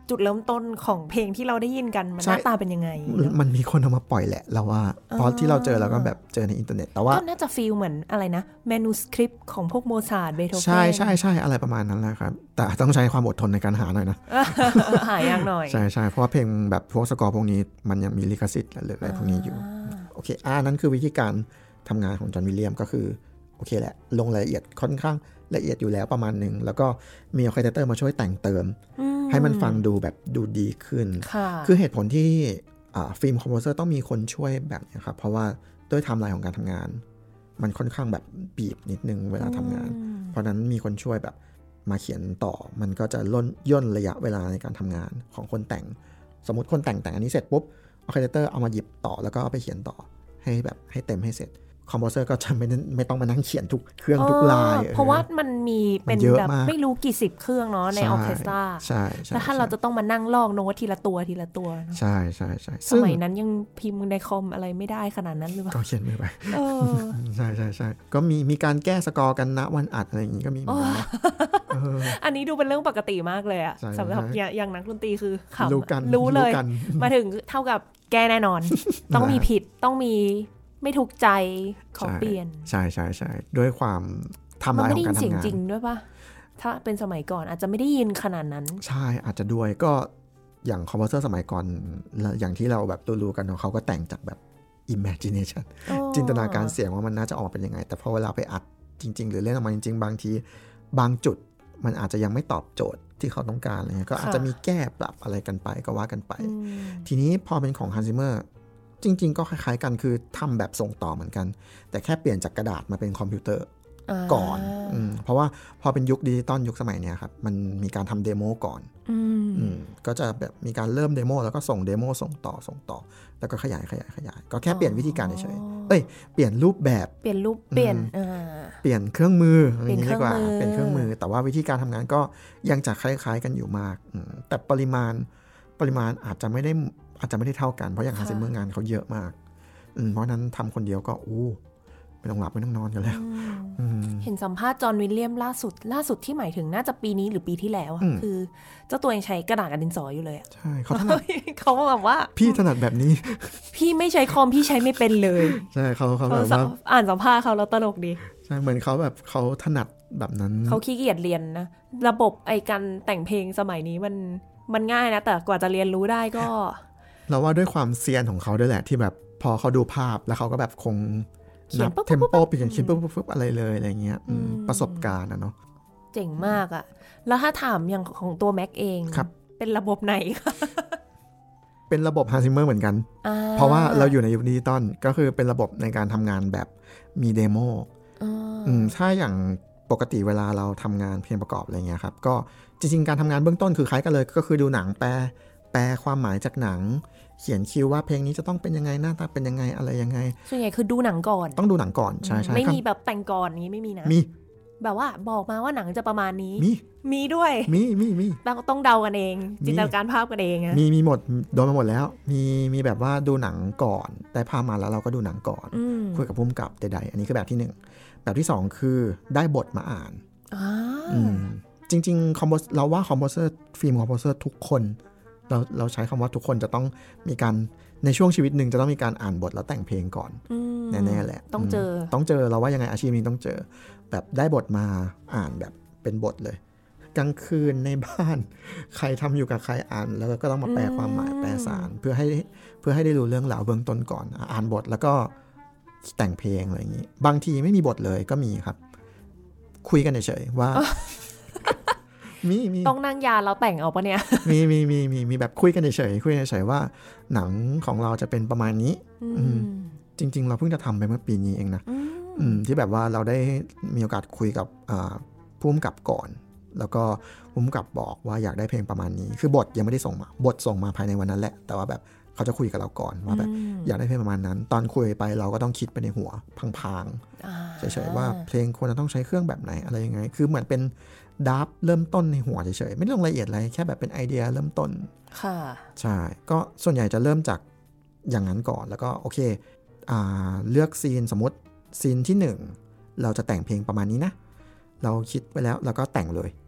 จุดเริ่มต้นของเพลงที่เราได้ยินกันมันหน้าตาเป็นยังไงมันมีคนเอามาปล่อยแหละเราว่าเพราะที่เราเจอเราก็แบบเจอในอินเทอร์เน็ตแต่ว่าก็น่าจะฟีลเหมือนอะไรนะแมนูสคริปต์ของพวกโมซาร์ทเบโธเฟนใช่ใช่ใช่อะไรประมาณนั้นแหละครับแต่ต้องใช้ความอดทนในการหาหน่อยนะหายากหน่อยใช่ใช่เพราะว่าเพลงแบบพวกสกอร์พวกนี้มันยังมีลิขสิทธิ์หรืออะไรพวกนี้อยู่โอเคอ่านั่นคือวิธีการทำงานของจอห์นวิลเลียมก็คือโอเคแหละลงรายละเอียดค่อนข้างละเอียดอยู่แล้วประมาณนึงแล้วก็มีออร์เคสเตอร์มาช่วยแต่งเติมให้มันฟังดูแบบดูดีขึ้นคือเหตุผลที่ฟิล์มคอมโพเซอร์ต้องมีคนช่วยแบบนี้ครับเพราะว่าด้วยไทม์ไลน์ของการทำงานมันค่อนข้างแบบบีบนิดนึงเวลาทำงานเพราะนั้นมีคนช่วยแบบมาเขียนต่อมันก็จะล่นย่นระยะเวลาในการทำงานของคนแต่งสมมติคนแต่งแต่งอันนี้เสร็จปุ๊บออร์เคสเตอร์เอามาหยิบต่อแล้วก็เอาไปเขียนต่อให้แบบให้เต็มให้เสร็จคอมโพเซอร์ก็จะไม่ไม่ต้องมานั่งเขียนทุกเครื่องทุกลายเพราะว่ามันมีเป็นแบบไม่รู้กี่สิบเครื่องเนาะในออร์เคสตราใช่ใช่แล้วถ้าเราจะต้องมานั่งลอกโน้ตทีละตัวทีละตัวใช่ใช่ใช่สมัยนั้นยังพิมพ์ในคอมอะไรไม่ได้ขนาดนั้นหรือเปล่าก็เขียนมือไปใช่ใช่ใช่ก็มีมีการแก้สกอร์กันณวันอัดอะไรอย่างงี้ก็มีอันนี้ดูเป็นเรื่องปกติมากเลยอะสำหรับอย่างนักดนตรีคือขำรู้กันรู้เลยมาถึงเท่ากับแก้แน่นอนต้องมีผิดต้องมีไม่ถูกใจขอเปลี่ยนใช่ใช่ใช่ด้วยความทำลายของการทำงานมันไม่ได้ยินเสียงจริงด้วยปะถ้าเป็นสมัยก่อนอาจจะไม่ได้ยินขนาดนั้นใช่อาจจะด้วยก็อย่างคอมโพเซอร์สมัยก่อนอย่างที่เราแบบรู้ๆกันเขาก็แต่งจากแบบ imagination จินตนาการเสียงว่ามันน่าจะออกเป็นยังไงแต่พอเวลาไปอัดจริงๆหรือเล่นออกมาจริงๆบางทีบางจุดมันอาจจะยังไม่ตอบโจทย์ที่เขาต้องการอะไรเงี้ยก็อาจจะมีแก้ปรับอะไรกันไปก็ว่ากันไปทีนี้พอเป็นของ Hans Zimmerจริงๆก็คล้ายๆกันคือทำแบบส่งต่อเหมือนกันแต่แค่เปลี่ยนจากกระดาษมาเป็นคอมพิวเตอร์ก่อนอืเพราะว่าพอเป็นยุคดิจิตอลยุคสมัยเนี้ยครับมันมีการทำเดโมก่อนอืก็จะแบบมีการเริ่มเดโมแล้วก็ส่งเดโมส่งต่อส่งต่อแล้วก็ขยายขยายขยายก็แค่เปลี่ยนวิธีการเฉยๆเอ้ยเปลี่ยนรูปแบบเปลี่ยนรูปเปลี่ยนเปลี่ยนเครื่องมืออย่างนี้ดีกว่าเป็นเครื่องมือแต่ว่าวิธีการทำงานก็ยังจะคล้ายๆกันอยู่มากแต่ปริมาณปริมาณอาจจะไม่ได้อาจจะไม่ได้เท่ากันเพราะอย่างฮันซิมเมอร์งานเขาเยอะมากเพราะนั้นทำคนเดียวก็โอ้ไม่ต้องหลับไม่ต้องนอนกันแล้วเห็นสัมภาษณ์จอห์นวิลเลียมล่าสุดล่าสุดที่หมายถึงน่าจะปีนี้หรือปีที่แล้วคือเจ้าตัวยังใช้กระดาษกับดินสออยู่เลยใช่เขาถนัดเขาแบบว่าพี่ถนัดแบบนี้พี่ไม่ใช้คอมพี่ใช้ไม่เป็นเลยใช่เขาเขาแบบว่าอ่านสัมภาษณ์เขาแล้วตลกดีใช่เหมือนเขาแบบเขาถนัดแบบนั้นเขาขี้เกียจเรียนนะระบบไอการแต่งเพลงสมัยนี้มันมันง่ายนะแต่กว่าจะเรียนรู้ได้ก็เราว่าด้วยความเซียนของเขาด้วยแหละที่แบบพอเขาดูภาพแล้วเขาก็แบบคงนับเทมโปเปลี่ยนเขียนปุ๊บปุ๊บอะไรเลยอะไรเงี้ยประสบการณ์นะเนาะเจ๋งมากอะแล้วถ้าถามอย่างของตัวแม็กเองเป็นระบบไหนคะเป็นระบบฮันซิมเมอร์เหมือนกันเพราะว่าเราอยู่ในยุคดิจิตอลก็คือเป็นระบบในการทำงานแบบมีเดโมถ้าอย่างปกติเวลาเราทำงานเพลงประกอบอะไรเงี้ยครับก็จริงๆการทำงานเบื้องต้นคือคล้ายกันเลยก็คือดูหนังแปลแปลความหมายจากหนังเขียนคิวว่าเพลงนี้จะต้องเป็นยังไงหน้าตาเป็นยังไงอะไรยังไงส่วนใหญ่คือดูหนังก่อนต้องดูหนังก่อนใช่ใช่ไม่มีแบบแต่งก่อนนี้ไม่มีนะมีแบบว่าบอกมาว่าหนังจะประมาณนี้มีมีด้วยมีมีมีต้องต้องเดากันเองจินตนาการภาพกันเองอะมีมีหมดโดนมาหมดแล้วมีมีแบบว่าดูหนังก่อนได้ภาพมาแล้วเราก็ดูหนังก่อนคุยกับผู้กำกับใดๆอันนี้คือแบบที่หนึ่งแบบที่สองคือได้บทมาอ่านจริงๆคอมโพสเราว่าคอมโพเซอร์ฟิล์มคอมโพเซอร์ทุกคนเราเราใช้คำว่าทุกคนจะต้องมีการในช่วงชีวิตหนึ่งจะต้องมีการอ่านบทแล้วแต่งเพลงก่อนแน่ๆแหละต้องเจอต้องเจอเราว่ายังไงอาชีพนี้ต้องเจอแบบได้บทมาอ่านแบบเป็นบทเลยกลางคืนในบ้านใครทำอยู่กับใครอ่านแล้วก็ต้องมาแปลความหมายแปลสารเพื่อให้เพื่อให้ได้รู้เรื่องราวเบื้องต้นก่อนอ่านบทแล้วก็แต่งเพลงอะไรอย่างนี้บางทีไม่มีบทเลยก็มีครับคุยกันเฉยๆว่ามีมีต้องนั่งยาเราแต่งเอาปะเนี่ยมีมีมีมีมีแบบคุยกันเฉยๆคุยกันเฉยๆว่าหนังของเราจะเป็นประมาณนี้จริงๆเราเพิ่งจะทำไปเมื่อปีนี้เองนะที่แบบว่าเราได้มีโอกาสคุยกับผู้กำกับก่อนแล้วก็ผู้กำกับบอกว่าอยากได้เพลงประมาณนี้คือบทยังไม่ได้ส่งมาบทส่งมาภายในวันนั้นแหละแต่ว่าแบบเขาจะคุยกับเราก่อนว่าแบบอยากได้เพลงประมาณนั้นตอนคุยไปเราก็ต้องคิดไปในหัวพังๆเฉยๆว่าเพลงควรจะต้องใช้เครื่องแบบไหนอะไรยังไงคือเหมือนเป็นดับเริ่มต้นในหัวเฉยๆไม่ลงรายละเอียดอะไรแค่แบบเป็นไอเดียเริ่มต้นค่ะใช่ก็ส่วนใหญ่จะเริ่มจากอย่างนั้นก่อนแล้วก็โอเคอ่าเลือกซีนสมมติซีนที่หนึ่งเราจะแต่งเพลงประมาณนี้นะเราคิดไว้แล้วเราก็แต่งเลย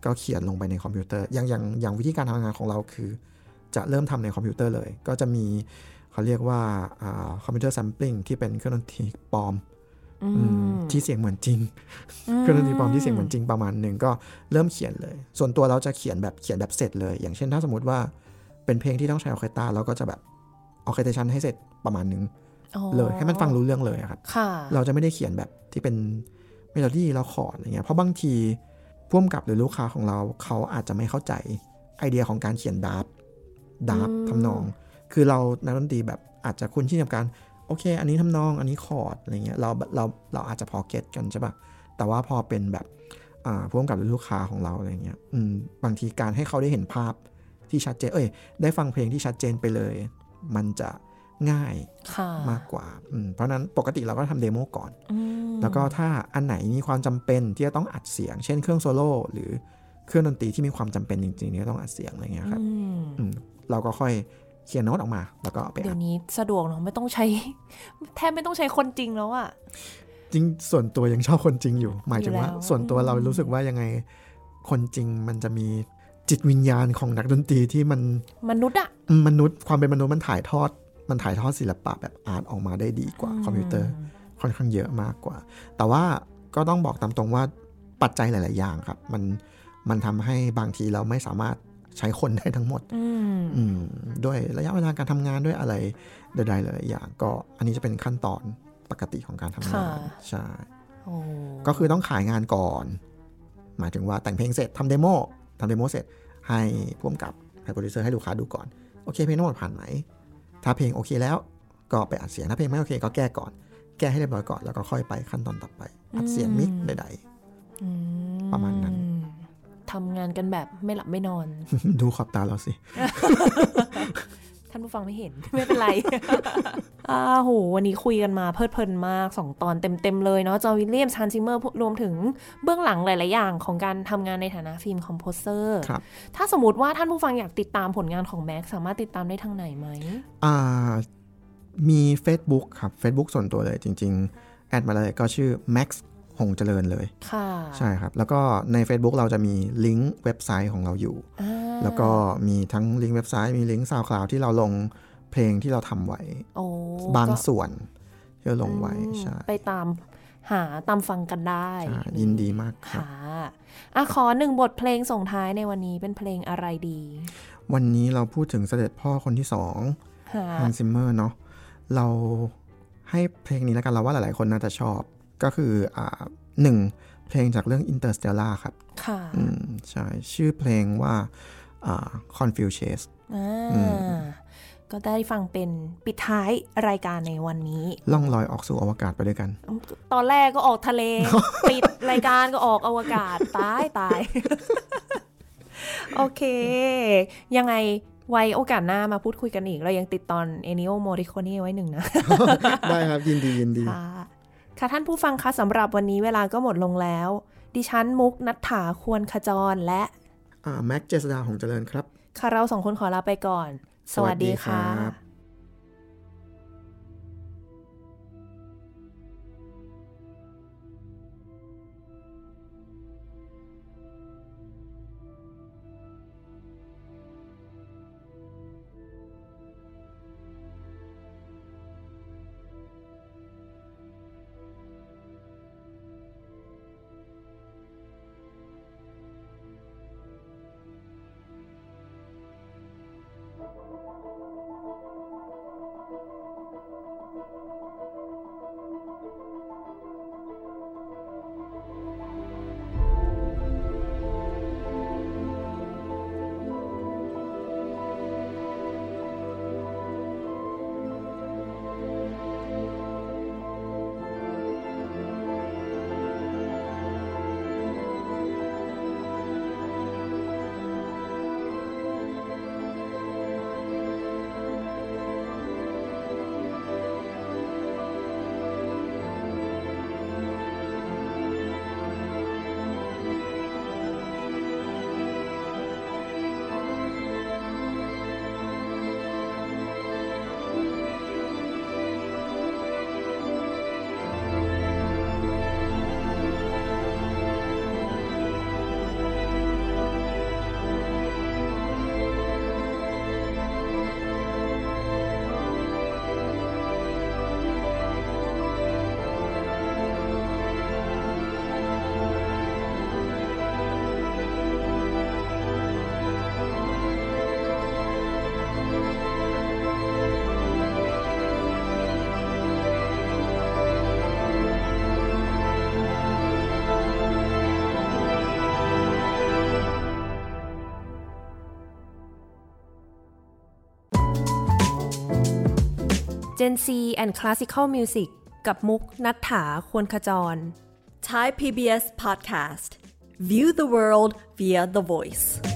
ก็เขียนลงไปในคอมพิวเตอร์อย่างอย่างอย่างวิธีการทำงานของเราคือจะเริ่มทำในคอมพิวเตอร์เลยก็จะมีเขาเรียกว่าคอมพิวเตอร์แซมปลิ้งที่เป็นเครื่องดนตรีปลอมที่เสียงเหมือนจริงเครื่องดนตรีปลอมที่เสียงเหมือนจริงประมาณหนึ่งก็เริ่มเขียนเลยส่วนตัวเราจะเขียนแบบเขียนแบบเสร็จเลยอย่างเช่นถ้าสมมติว่าเป็นเพลงที่ต้องใช้ออร์เคสตราเราก็จะแบบออร์เคสเทชันให้เสร็จประมาณนึงเลยให้มันฟังรู้เรื่องเลยครับเราจะไม่ได้เขียนแบบที่เป็นเมโลดี้แล้วคอร์ดอะไรเงี้ยเพราะบางทีผู้กำกับหรือลูกค้าของเราเขาอาจจะไม่เข้าใจไอเดียของการเขียนดาร์ฟดาร์ฟทำนองคือเรานักดนตรีแบบอาจจะคุ้นชินกับการโอเคอันนี้ทำนองอันนี้คอร์ดอะไรเงี้ยเราเราเราอาจจะพอเก็ตกันใช่ป่ะแต่ว่าพอเป็นแบบผู้กำกับหรือลูกค้าของเราอะไรเงี้ยบางทีการให้เขาได้เห็นภาพที่ชัดเจนเอ้ยได้ฟังเพลงที่ชัดเจนไปเลยมันจะง่ายมากกว่าเพราะนั้นปกติเราก็ทำเดโมก่อนแล้วก็ถ้าอันไหนมีความจำเป็นที่จะต้องอัดเสียงเช่นเครื่องโซโล่หรือเครื่องดนตรีที่มีความจำเป็นจริงๆนี่ต้องอัดเสียงอะไรเงี้ยครับเราก็ค่อยเขียนโน้ตออกมาแล้วก็ไปอัดเดี๋ยวนี้สะดวกเนาะไม่ต้องใช้แทบไม่ต้องใช้คนจริงแล้วอะจริงส่วนตัวยังชอบคนจริงอยู่หมายถึงว่าส่วนตัวเรารู้สึกว่ายังไงคนจริงมันจะมีจิตวิญญาณของนักดนตรีที่มันมนุษย์อะมนุษย์ความเป็นมนุษย์มันถ่ายทอดมันถ่ายทอดศิลปะแบบอาร์ตออกมาได้ดีกว่าคอมพิวเตอร์ค่อนข้างเยอะมากกว่าแต่ว่าก็ต้องบอกตามตรงว่าปัจจัยหลายๆอย่างครับมันมันทำให้บางทีเราไม่สามารถใช้คนได้ทั้งหมดด้วยระยะเวลาการทำงานด้วยอะไรใดๆหลายๆอย่างก็อันนี้จะเป็นขั้นตอนปกติของการทำงานใช่ก็คือต้องขายงานก่อนหมายถึงว่าแต่งเพลงเสร็จทำเดโมทำเดโมเสร็จให้ผู้กำกับให้โปรดิวเซอร์ให้ลูกค้าดูก่อนโอเคเพลงทั้งหมดผ่านไหมถ้าเพลงโอเคแล้วก็ไปอัดเสียงถ้าเพลงไม่โอเคก็แก้ก่อนแก้ให้เรียบร้อยก่อนแล้วก็ค่อยไปขั้นตอนต่อไปอัดเสียงมิกใดๆประมาณนั้นทำงานกันแบบไม่หลับไม่นอนดูขอบตาเราสิท่านผู้ฟังไม่เห็น ไม่เป็นไร อ้าโหวันนี้คุยกันมาเพลิดเพลินมากสองตอนเต็มๆเลยเนาะจอห์นวิลเลียมส์ ฮันส์ซิมเมอร์รวมถึงเบื้องหลังหลายๆอย่างของการทำงานในฐานะฟิล์มคอมโพเซอร์ถ้าสมมติว่าท่านผู้ฟังอยากติดตามผลงานของแม็กสามารถติดตามได้ทางไหนไหมอ่ามี Facebook ครับ Facebook ส่วนตัวเลยจริงๆแอดมาเลยก็ชื่อ Max หงเจริญเลยค่ะใช่ครับแล้วก็ใน Facebook เราจะมีลิงก์เว็บไซต์ของเราอยู่แล้วก็มีทั้งลิงก์เว็บไซต์มีลิงก์ SoundCloud ที่เราลงเพลงที่เราทำไว้บางส่วนที่เราลงไว้ใช่ไปตามหาตามฟังกันได้ยินดีมากครับอ่ะขอหนึ่งบทเพลงส่งท้ายในวันนี้เป็นเพลงอะไรดีวันนี้เราพูดถึงเสด็จพ่อคนที่สองฮันส์ซิมเมอร์เนาะเราให้เพลงนี้แล้วกันเราว่าหลายๆคนน่าจะชอบก็คืออ่าหนึ่งเพลงจากเรื่อง Interstellar ครับค่ะอืมใช่ชื่อเพลงว่าอ่า Confucius อ่าก็ได้ฟังเป็นปิดท้ายรายการในวันนี้ล่องลอยออกสู่อวกาศไปด้วยกันตอนแรกก็ออกทะเล ปิดรายการก็ออกอวกาศตายตาย โอเคยังไงไว้โอกาสหน้ามาพูดคุยกันอีกเรายังติดตอน Ennio Morricone ไว้หนึ่งนะได้ครับยินดียินดีค่ะท่านผู้ฟังคะสำหรับวันนี้เวลาก็หมดลงแล้วดิฉันมุกณัฐฐาควรขจรและแม็กเจษฎาหงเจริญครับค่ะเราสองคนขอลาไปก่อนสวัสดีค่ะ Gen Z and Classical Music กับมุกณัฐฐา ควรขจร Thai พี บี เอส Podcast View the world via the voice